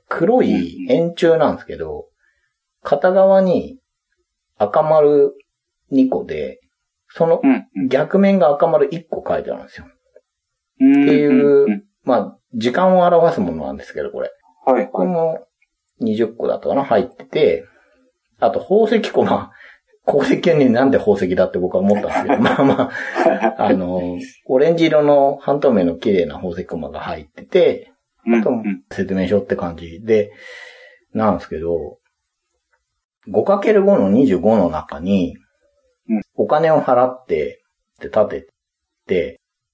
Speaker 1: 黒い円柱なんですけど、片側に赤丸2個で、その逆面が赤丸1個書いてあるんですよ。っていう、まあ、時間を表すものなんですけど、これ。これも20個だったかな、入ってて、あと宝石コマ、宝石になんで宝石だって僕は思ったんですけど、まあまあ、オレンジ色の半透明の綺麗な宝石コマが入ってて、あと説明書って感じで、なんですけど、5×5 の25の中に、お金を払って、立てて、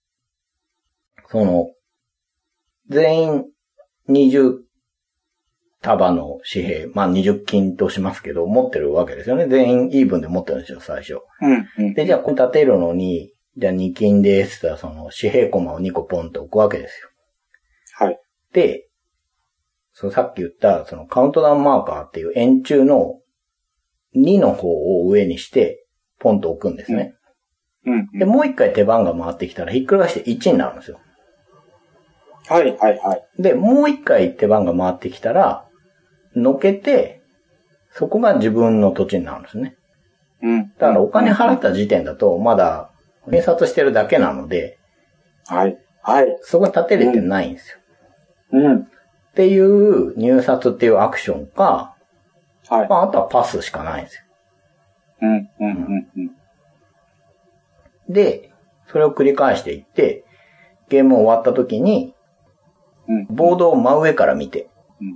Speaker 1: 全員20束の紙幣、まあ20金としますけど、持ってるわけですよね。全員イーブンで持ってるんですよ、最初。で、じゃあこれ立てるのに、 じゃあ2金ですって言ったら、その紙幣コマを2個ポンって置くわけですよ。
Speaker 2: はい。
Speaker 1: で、さっき言った、そのカウントダウンマーカーっていう円柱の2の方を上にして、ポンと置くんですね。で、もう一回手番が回ってきたら、ひっくり返して1になるんですよ。
Speaker 2: はい、はい、はい。
Speaker 1: で、もう一回手番が回ってきたら、のけて、そこが自分の土地になるんですね。だからお金払った時点だと、まだ、印刷してるだけなので、
Speaker 2: はい、はい。
Speaker 1: そこに立てれてないんですよ。っていう入札っていうアクションか、はい。まあ、あとはパスしかないんですよ。で、それを繰り返していって、ゲーム終わった時に、ボードを真上から見て、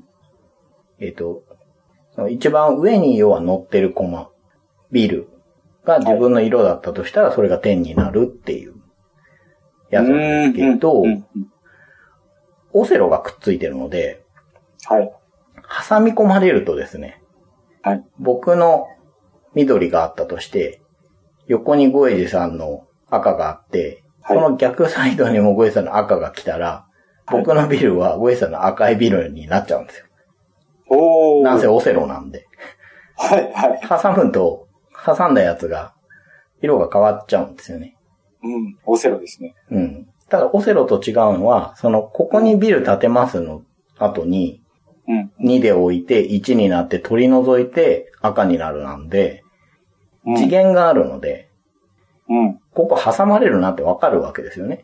Speaker 1: その一番上に要は乗ってるコマ、ビルが自分の色だったとしたらそれが点になるっていうやつなんですけど、オセロがくっついてるので、はい。挟み込まれるとですね、はい。僕の緑があったとして、横にゴエジさんの赤があって、はい、その逆サイドにもゴエジさんの赤が来たら、はい、僕のビルはゴエジさんの赤いビルになっちゃうんですよ。なんせオセロなんで。はいはい。挟むと、挟んだやつが、色が変わっちゃうんですよね。
Speaker 2: オセロですね。
Speaker 1: ただ、オセロと違うのは、ここにビル建てますの後に、2で置いて1になって取り除いて赤になるなんで、次元があるので、ここ挟まれるなってわかるわけですよね。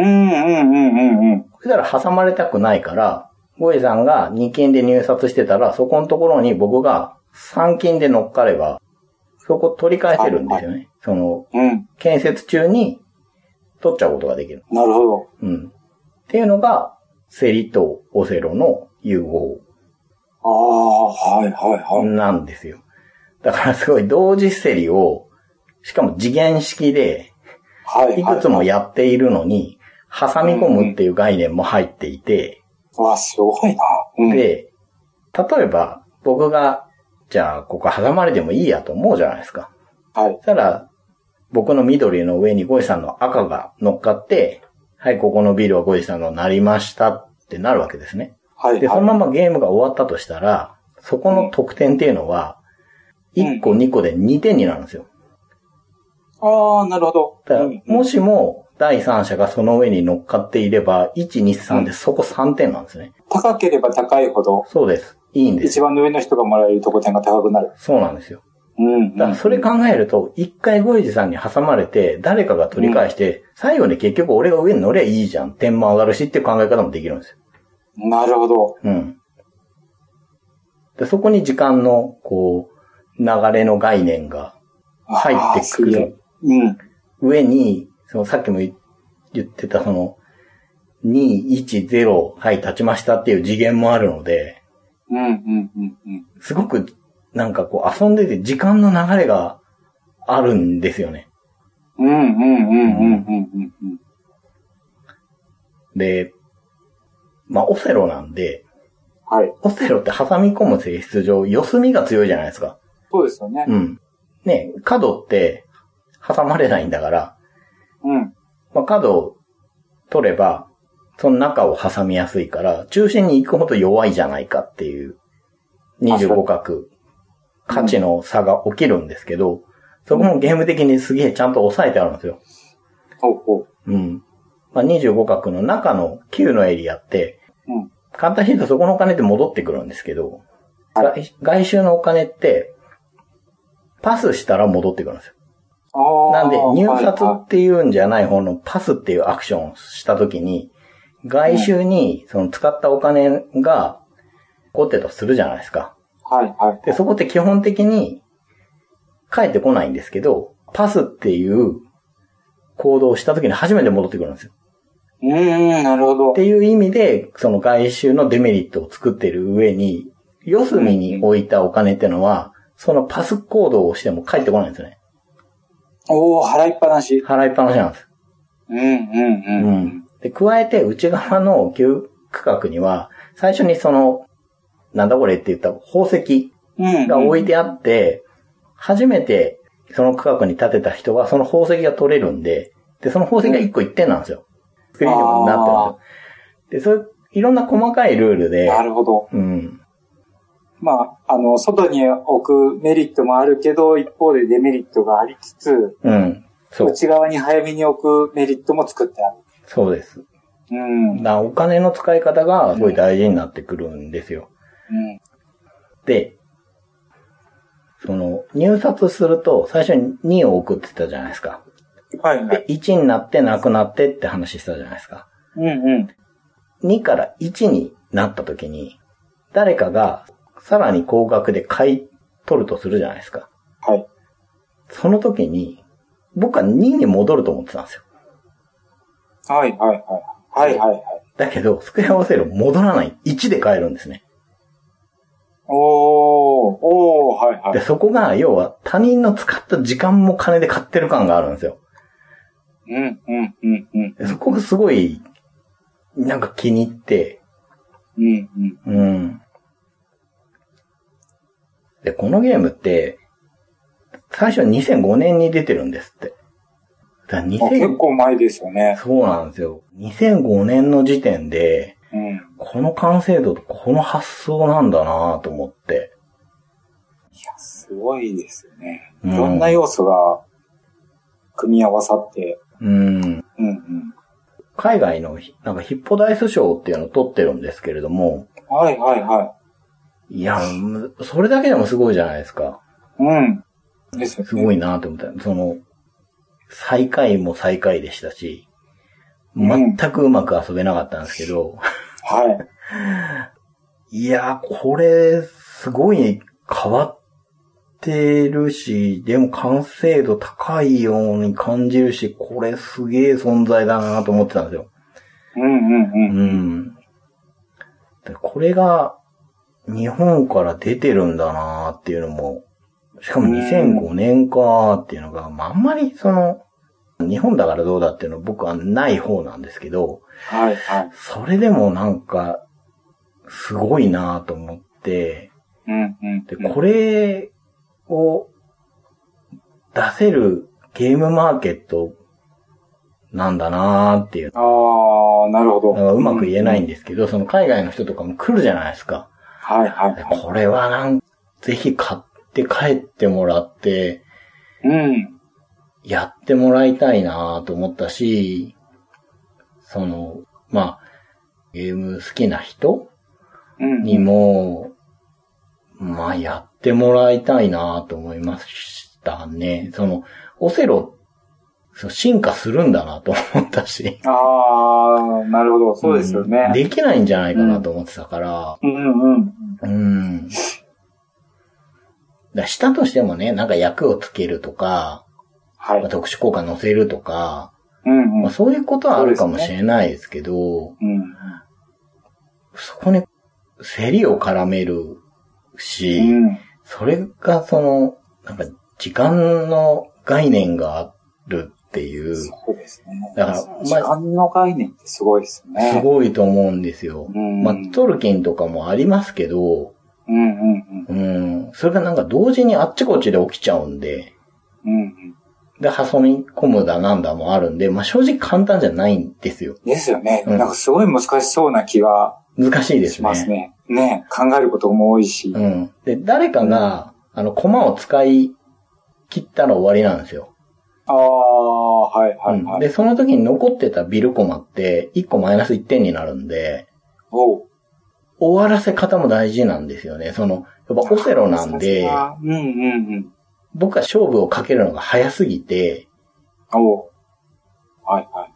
Speaker 1: だから挟まれたくないから、ゴエさんが2金で入札してたら、そこのところに僕が3金で乗っかれば、そこ取り返せるんですよね。建設中に取っちゃうことができる。
Speaker 2: なるほど。
Speaker 1: っていうのが、競りとオセロの融合。
Speaker 2: はいはいはい。
Speaker 1: なんですよ。だからすごい同時競りを、しかも次元式で、いくつもやっているのに、挟み込むっていう概念も入っていて、
Speaker 2: すごいな。
Speaker 1: で、例えば、僕が、じゃあ、ここ挟まれてもいいやと思うじゃないですか。はい。そしたら、僕の緑の上にゴイさんの赤が乗っかって、はい、ここのビルはゴイさんのなりましたってなるわけですね。はい。で、そのままゲームが終わったとしたら、そこの得点っていうのは、1個2個で2点になるんですよ。
Speaker 2: なるほど。
Speaker 1: だからもしも、第三者がその上に乗っかっていれば、1、2、3でそこ3点なんですね。
Speaker 2: 高ければ高いほど。
Speaker 1: そうです。いいんです。
Speaker 2: 一番の上の人がもらえる得点が高くなる。
Speaker 1: そうなんですよ。だからそれ考えると、一回ゴイジさんに挟まれて、誰かが取り返して、最後に結局俺が上に乗ればいいじゃん。点も上がるしっていう考え方もできるんですよ。
Speaker 2: なるほど。
Speaker 1: で、そこに時間の、流れの概念が入ってくる。上に、さっきも言ってた2、1、0、はい、立ちましたっていう次元もあるので、すごく、なんか遊んでて時間の流れがあるんですよね。で、まあ、オセロなんで、はい。オセロって挟み込む性質上、四隅が強いじゃないですか。
Speaker 2: そうですよね。
Speaker 1: ね、角って挟まれないんだから、まあ、角を取れば、その中を挟みやすいから、中心に行くほど弱いじゃないかっていう、25角、価値の差が起きるんですけど、そこもゲーム的にすげえちゃんと抑えてあるんですよ。まあ、25角の中の9のエリアって、簡単に言うとそこのお金って戻ってくるんですけど、外周のお金って、パスしたら戻ってくるんですよ。なんで、入札っていうんじゃない方のパスっていうアクションをしたときに、外周にその使ったお金が起こってとするじゃないですか。で、そこって基本的に返ってこないんですけど、パスっていう行動をしたときに初めて戻ってくるんですよ。
Speaker 2: なるほど。
Speaker 1: っていう意味で、その外周のデメリットを作ってる上に、四隅に置いたお金ってのは、そのパス行動をしても返ってこないんですね。
Speaker 2: 払いっぱなし。
Speaker 1: 払いっぱなしなんです。で、加えて内側の旧区画には、最初になんだこれって言った宝石が置いてあって、初めてその区画に建てた人はその宝石が取れるんで、 で、その宝石が1個1点なんですよ。スクリーン上になってるんですよ。で、そういう、いろんな細かいルールで。
Speaker 2: なるほど。
Speaker 1: うん。
Speaker 2: まあ、外に置くメリットもあるけど、一方でデメリットがありつつ、
Speaker 1: うん。そう。
Speaker 2: 内側に早めに置くメリットも作ってある。
Speaker 1: そうです。
Speaker 2: うん。
Speaker 1: だからお金の使い方がすごい大事になってくるんですよ。
Speaker 2: うん。
Speaker 1: で、入札すると、最初に2を置くって言ったじゃないですか。
Speaker 2: はいはい。
Speaker 1: で、1になってなくなってって話したじゃないですか。
Speaker 2: うんうん。
Speaker 1: 2から1になった時に、誰かがさらに高額で買い取るとするじゃないですか。
Speaker 2: はい。
Speaker 1: その時に、僕は2に戻ると思ってたんですよ。
Speaker 2: はいはいはい。はいはいはい。
Speaker 1: だけど、スクエアオセロ戻らない。1で買えるんですね。
Speaker 2: はいはい。
Speaker 1: で、そこが、要は他人の使った時間も金で買ってる感があるんですよ。
Speaker 2: うんうんうんうん。
Speaker 1: そこがすごい、なんか気に入って、
Speaker 2: うんうん。
Speaker 1: うん。で、このゲームって、最初2005年に出てるんですって。
Speaker 2: 結構前ですよね。
Speaker 1: そうなんですよ。2005年の時点で、
Speaker 2: うん、
Speaker 1: この完成度とこの発想なんだなと思って。
Speaker 2: いや、すごいですよね。いろんな要素が組み合わさって。海
Speaker 1: 外のなんかヒッポダイス賞っていうのを取ってるんですけれども。
Speaker 2: はいはいはい。
Speaker 1: いや、それだけでもすごいじゃないですか。
Speaker 2: うん。ですよね。
Speaker 1: すごいなと思った。最下位も最下位でしたし、全くうまく遊べなかったんですけど。
Speaker 2: はい。
Speaker 1: いや、これ、すごい変わってるし、でも完成度高いように感じるし、これすげえ存在だなと思ってたんですよ。でこれが、日本から出てるんだなっていうのも、しかも2005年かっていうのが、あんまり日本だからどうだっていうのは僕はない方なんですけど、
Speaker 2: はいはい。
Speaker 1: それでもなんか、すごいなと思って、で、これを出せるゲームマーケットなんだなっていう。
Speaker 2: ああ、なるほど。
Speaker 1: だからうまく言えないんですけど、その海外の人とかも来るじゃないですか。
Speaker 2: はいはい。
Speaker 1: これはぜひ買って帰ってもらって、やってもらいたいなと思ったし、ゲーム好きな人にも、やってもらいたいなと思いましたね。オセロ、進化するんだなと思ったし。
Speaker 2: ああ、なるほど。そうですよね。
Speaker 1: できないんじゃないかなと思ってたから。したとしてもね、なんか役をつけるとか、はい。特殊効果載せるとか、そういうことはあるかもしれないですけど、そこに競りを絡めるし、それがなんか時間の概念があるっていう。
Speaker 2: そうですね。だから、時間の概念ってすごいですね。
Speaker 1: すごいと思うんですよ。トルキンとかもありますけど、それがなんか同時にあっちこっちで起きちゃうんで、で、挟み込むだなんだもあるんで、正直簡単じゃないんですよ。
Speaker 2: ですよね。なんかすごい難しそうな気が。
Speaker 1: 難しいですね。
Speaker 2: しますね。ね、考えることも多いし。
Speaker 1: で、誰かが、駒を使い切ったら終わりなんですよ。
Speaker 2: ああ、はいはいはい。
Speaker 1: で、その時に残ってたビルコマって、1個マイナス1点になるんで、終わらせ方も大事なんですよね。やっぱオセロなんで、僕は勝負をかけるのが早すぎて、
Speaker 2: はいはい。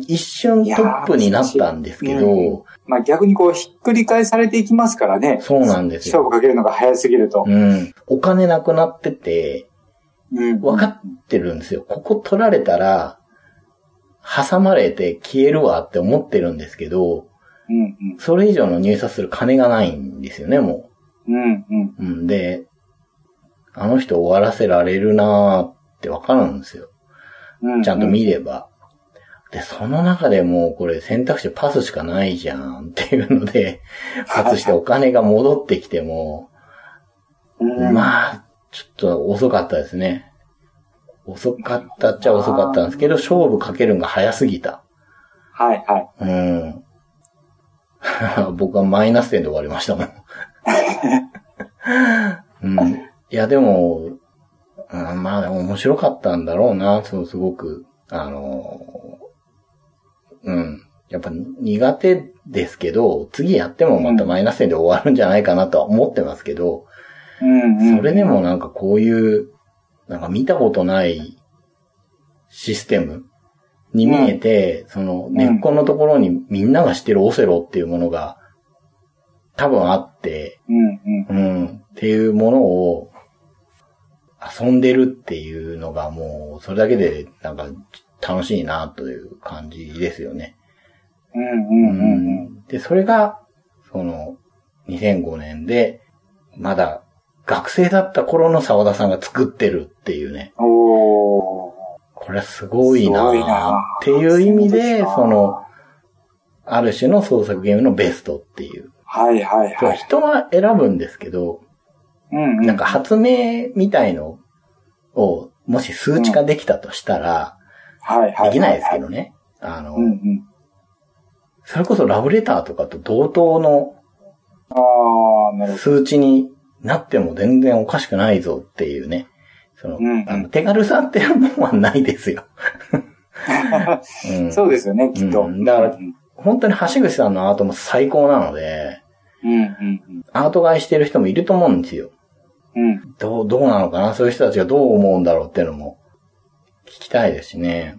Speaker 1: 一瞬トップになったんですけど、
Speaker 2: 逆にひっくり返されていきますからね。
Speaker 1: そうなんですよ。
Speaker 2: 勝負かけるのが早すぎると。
Speaker 1: お金なくなってて、分かってるんですよ。ここ取られたら、挟まれて消えるわって思ってるんですけど、それ以上の入札する金がないんですよね、もう。で、あの人終わらせられるなーって分かるんですよ。ちゃんと見れば。で、その中でもうこれ選択肢パスしかないじゃんっていうので、パスしてお金が戻ってきても、ちょっと遅かったですね。 遅かったっちゃ遅かったんですけど、勝負かけるのが早すぎた。
Speaker 2: はいはい。
Speaker 1: 僕はマイナス点で終わりましたもん。いやでも、まあでも面白かったんだろうな、すごく。やっぱ苦手ですけど、次やってもまたマイナス点で終わるんじゃないかなとは思ってますけど、それでもなんかこういう、なんか見たことないシステムに見えて、その根っこのところにみんなが知ってるオセロっていうものが多分あって、っていうものを遊んでるっていうのがもうそれだけでなんか楽しいなという感じですよね。で、それがその2005年でまだ学生だった頃の沢田さんが作ってるっていうね。これはすごいなっていう意味で、その、ある種の創作ゲームのベストっていう。
Speaker 2: はいはいはい。
Speaker 1: 人は選ぶんですけど、なんか発明みたいのを、もし数値化できたとしたら、できないですけどね。それこそラブレターとかと同等の数値になっても全然おかしくないぞっていうね。その、手軽さっていうものはないですよ。
Speaker 2: そうですよね、きっと。
Speaker 1: だから、本当に橋口さんのアートも最高なので、アート買いしてる人もいると思うんですよ。どうなのかな、そういう人たちがどう思うんだろうっていうのも聞きたいですしね。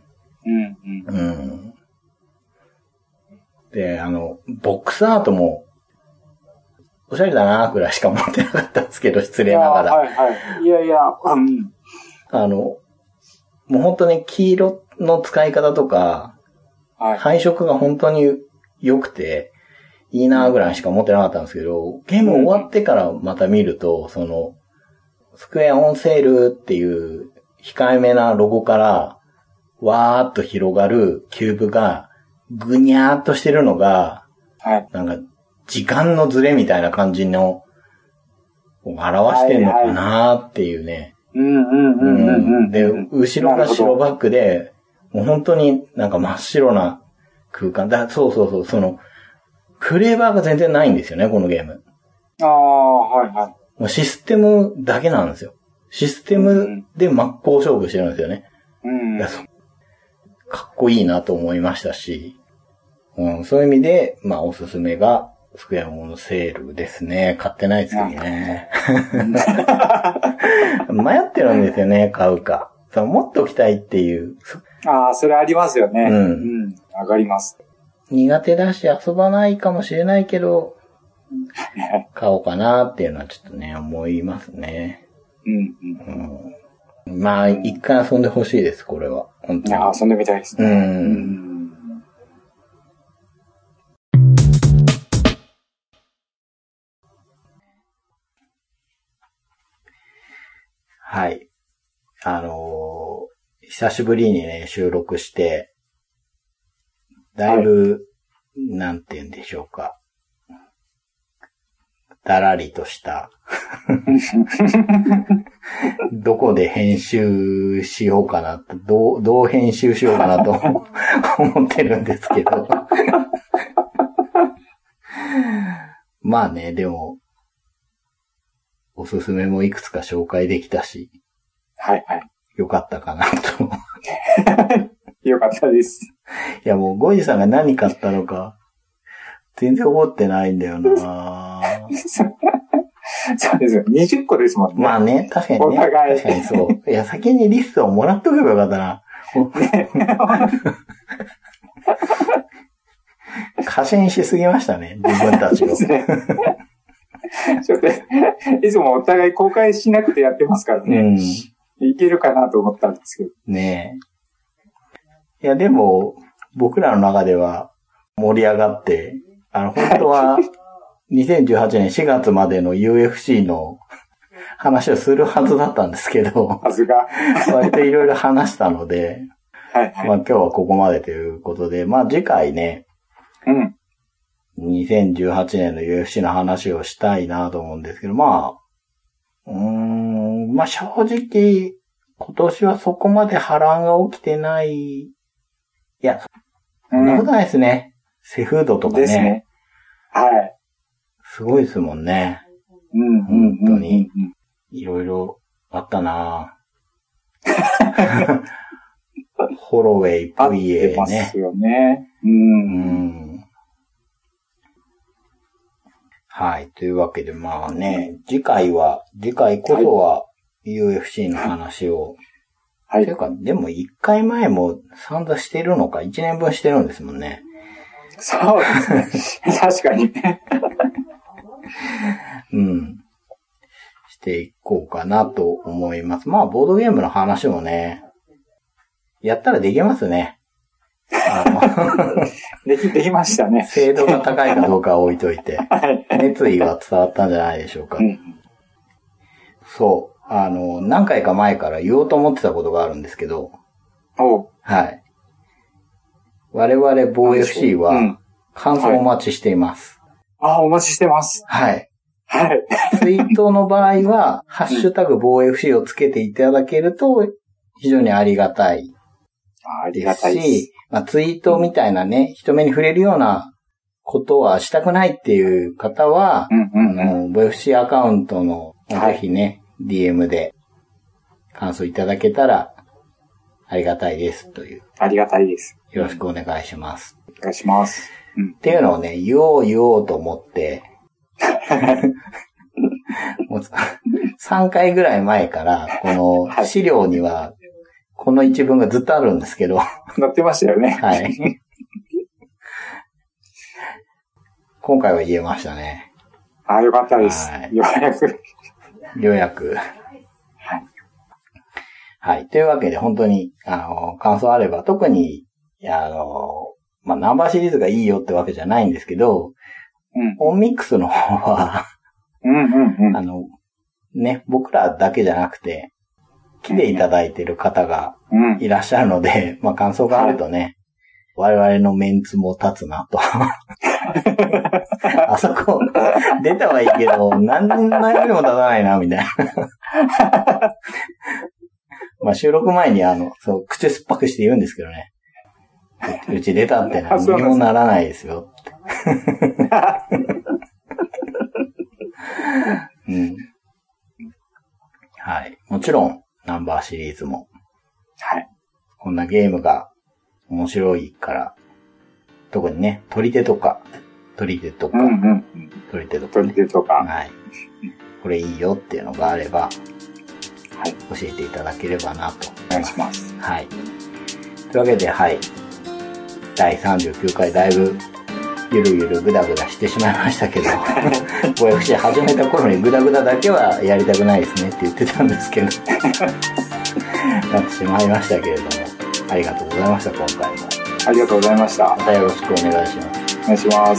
Speaker 1: で、ボックスアートも、おしゃれだなーくらいしか思ってなかったんですけど、失礼ながら。
Speaker 2: いやいや、
Speaker 1: もう本当に黄色の使い方とか、配色が本当に良くて、いいなーぐらいしか思ってなかったんですけど、ゲーム終わってからまた見ると、その、スクエアオンセールっていう控えめなロゴから、わーっと広がるキューブが、ぐにゃーっとしてるのが、なんか、時間のズレみたいな感じの、表してんのかなーっていうね。で、後ろが白バックで、もう本当になんか真っ白な空間。そう、その、フレーバーが全然ないんですよね、このゲーム。もうシステムだけなんですよ。システムで真っ向勝負してるんですよね。かっこいいなと思いましたし、そういう意味で、まあおすすめが、スクエアオンセールですね。買ってないですけどね。迷ってるんですよね、買うか。持っておきたいっていう。
Speaker 2: それありますよね。上がります。
Speaker 1: 苦手だし遊ばないかもしれないけど、買おうかなっていうのはちょっとね、思いますね。まあ、一回遊んでほしいです、これは。本当に。
Speaker 2: 遊んでみたいですね。
Speaker 1: はい。久しぶりにね、収録して、だいぶ、なんて言うんでしょうか。だらりとした、どこで編集しようかなと、どう編集しようかなと思ってるんですけど。まあね、でも、おすすめもいくつか紹介できたし、よかったかなと。
Speaker 2: よかったです。
Speaker 1: いやもうゴイジさんが何買ったのか、全然覚えてないんだよな
Speaker 2: そうですよ。20個ですもんね。
Speaker 1: まあね、確かにね。
Speaker 2: お互い。
Speaker 1: 確かにそう。いや、先にリストをもらっとけばよかったな。過信しすぎましたね、自分たちを。
Speaker 2: ちょっと、いつもお互い公開しなくてやってますからね。いけるかなと思ったんですけど。
Speaker 1: ねえ。いや、でも、僕らの中では盛り上がって、本当は、2018年4月までの UFC の話をするはずだったんですけど、割といろいろ話したので、まあ今日はここまでということで、まあ次回ね、2018年の UFC の話をしたいなと思うんですけど、まあ正直、 今年はそこまで波乱が起きてない。いや、そんなことないですね。セフードとかね。ですね。
Speaker 2: はい。
Speaker 1: すごいですもんね。本当に。いろいろあったなホロウェイ、ポイエね。あってます
Speaker 2: よね。
Speaker 1: はい。というわけで、まあね、次回こそは UFC の話を。はい。というか、でも1回前も散々してるのか、1年分してるんですもんね。
Speaker 2: そうですね。確かにね。
Speaker 1: していこうかなと思います。まあ、ボードゲームの話もね、やったらできますね。
Speaker 2: できましたね。
Speaker 1: 精度が高いかどうかは置いといて、熱意は伝わったんじゃないでしょうか。そう。何回か前から言おうと思ってたことがあるんですけど、はい。我々ボー FC は、感想をお待ちしています。
Speaker 2: お待ちしてます。
Speaker 1: はい。
Speaker 2: はい。
Speaker 1: ツイートの場合は、ハッシュタグボー FC をつけていただけると、非常にありがたい。
Speaker 2: ありがたいです。
Speaker 1: まあ、ツイートみたいなね、人目に触れるようなことはしたくないっていう方は、ボー FC アカウントの、ぜひね、DM で感想いただけたら、ありがたいですという。
Speaker 2: ありがたいです。
Speaker 1: よろしくお願いします。
Speaker 2: お願いします。
Speaker 1: っていうのをね、言おうと思って、もう3回ぐらい前から、この資料には、この一文がずっとあるんですけど。
Speaker 2: 載ってましたよね。
Speaker 1: はい。今回は言えましたね。
Speaker 2: よかったです。よ
Speaker 1: うやく。はい。というわけで、本当に、感想あれば、特に、まあ、ナンバーシリーズがいいよってわけじゃないんですけど、オンミックスの方は、ね、僕らだけじゃなくて、来ていただいている方がいらっしゃるので、まあ、感想があるとね、我々のメンツも立つなと。あそこ、出たはいいけど、何年前にも立たないな、みたいな。まあ、収録前に口酸っぱくして言うんですけどね。うち出たって何にもならないですよって。はい。もちろん、ナンバーシリーズも。
Speaker 2: はい。
Speaker 1: こんなゲームが面白いから、特にね、取り手とか。
Speaker 2: 取り手とか。
Speaker 1: はい。これいいよっていうのがあれば、はい。教えていただければなと。
Speaker 2: お願いします。
Speaker 1: はい。というわけで、はい。第39回だいぶ、ゆるゆるぐだぐだしてしまいましたけど、ボー FC 始めた頃にぐだぐだだけはやりたくないですねって言ってたんですけど、なってしまいましたけれども、ありがとうございました、今回も。
Speaker 2: ありがとうございました。
Speaker 1: またよろしくお願いします。
Speaker 2: お願いします。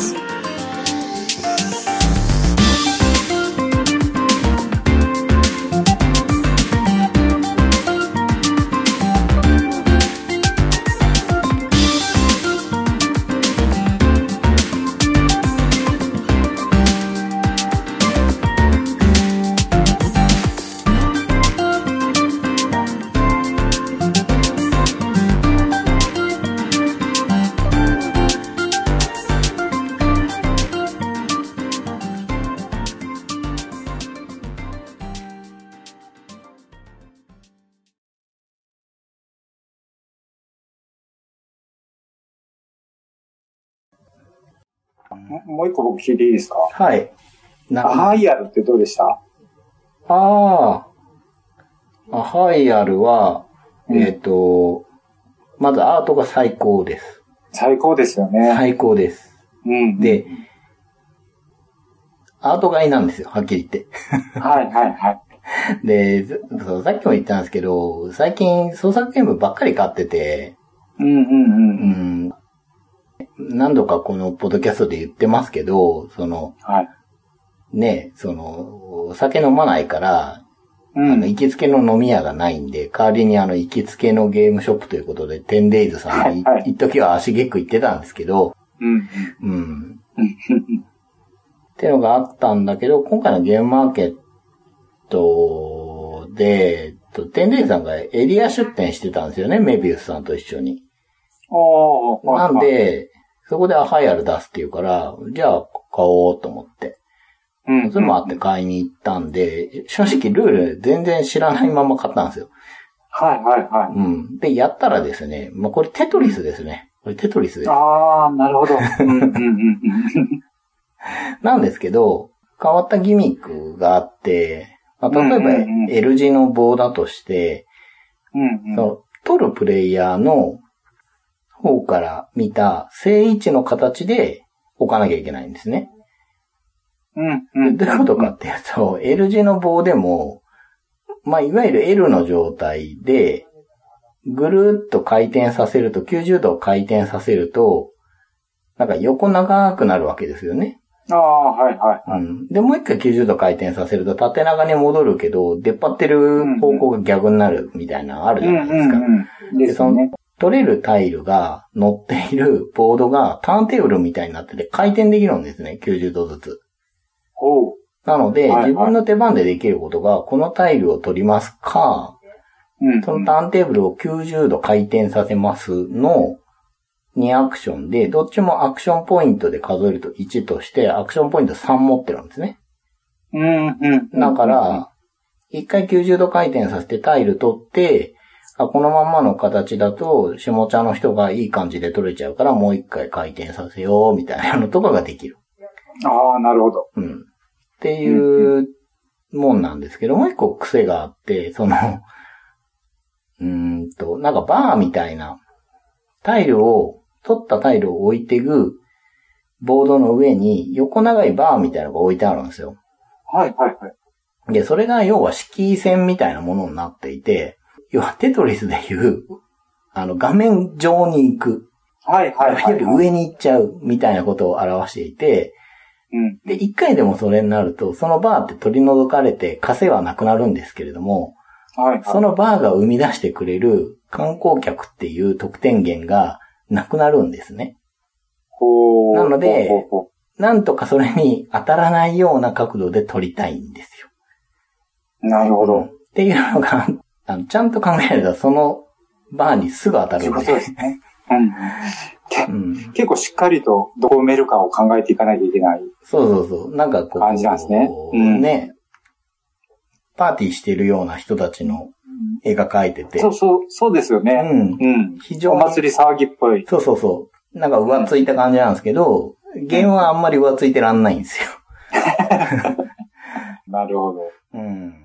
Speaker 2: もう一個僕聞いていいですか？
Speaker 1: はい。
Speaker 2: アハイアルってどうでした？
Speaker 1: アハイアルは、まずアートが最高です。
Speaker 2: 最高ですよね。
Speaker 1: 最高です。で、アート買いなんですよ、はっきり言って。
Speaker 2: はいはいはい。
Speaker 1: で、さっきも言ったんですけど、最近創作ゲームばっかり買ってて、何度かこのポッドキャストで言ってますけど、お酒飲まないから、行きつけの飲み屋がないんで、代わりに行きつけのゲームショップということで、10days さんに、一時は足げく行ってたんですけど、っていうのがあったんだけど、今回のゲームマーケットで、 テンデイさんがエリア出店してたんですよね、メビウスさんと一緒に。なんで、そこでアハイアル出すっていうから、じゃあ買おうと思って。それもあって買いに行ったんで、正直ルール全然知らないまま買ったんですよ。
Speaker 2: はいはいはい。
Speaker 1: で、やったらですね、まあ、これテトリスですね。これテトリスです。
Speaker 2: ああ、なるほど。
Speaker 1: なんですけど、変わったギミックがあって、まあ、例えば L 字の棒だとして、その取るプレイヤーの方から見た正位置の形で置かなきゃいけないんですね。どういうことかっていうと、L 字の棒でも、まあ、いわゆる L の状態で、ぐるーっと回転させると、90度回転させると、なんか横長くなるわけですよね。
Speaker 2: はいはいはい。
Speaker 1: で、もう一回90度回転させると縦長に戻るけど、出っ張ってる方向が逆になるみたいなのあるじゃないですか。で、その取れるタイルが乗っているボードがターンテーブルみたいになってて回転できるんですね、90度ずつ。なので、自分の手番でできることが、このタイルを取りますか、そのターンテーブルを90度回転させますの2アクションで、どっちもアクションポイントで数えると1として、アクションポイント3持ってるんですね。だから、1回90度回転させてタイル取って、このまんまの形だと、下茶の人がいい感じで取れちゃうから、もう1回回転させよう、みたいなのとかができる。
Speaker 2: なるほど。
Speaker 1: っていうもんなんですけど、もう一個癖があって、その、なんかバーみたいな、取ったタイルを置いていくボードの上に横長いバーみたいなのが置いてあるんですよ。
Speaker 2: はいはいはい。
Speaker 1: で、それが要は敷居線みたいなものになっていて、要はテトリスでいう、画面上に行く。
Speaker 2: はいはいはい、はい。
Speaker 1: より上に行っちゃうみたいなことを表していて、で、一回でもそれになると、そのバーって取り除かれて、稼はなくなるんですけれども、そのバーが生み出してくれる観光客っていう得点源がなくなるんですね。なので、なんとかそれに当たらないような角度で取りたいんですよ。
Speaker 2: なるほど。
Speaker 1: っていうのが、ちゃんと考えればそのバーにすぐ当たるんで。
Speaker 2: そうですね。結構しっかりとどこ埋めるかを考えていかないといけない。
Speaker 1: そう。なんかこう。
Speaker 2: 感じなんですね。
Speaker 1: ね。パーティーしてるような人たちの絵が描いてて。
Speaker 2: そうですよね。非常に。お祭り騒ぎっぽい。
Speaker 1: そう。なんか浮ついた感じなんですけど、ゲームはあんまり浮ついてらんないんですよ。
Speaker 2: なるほど。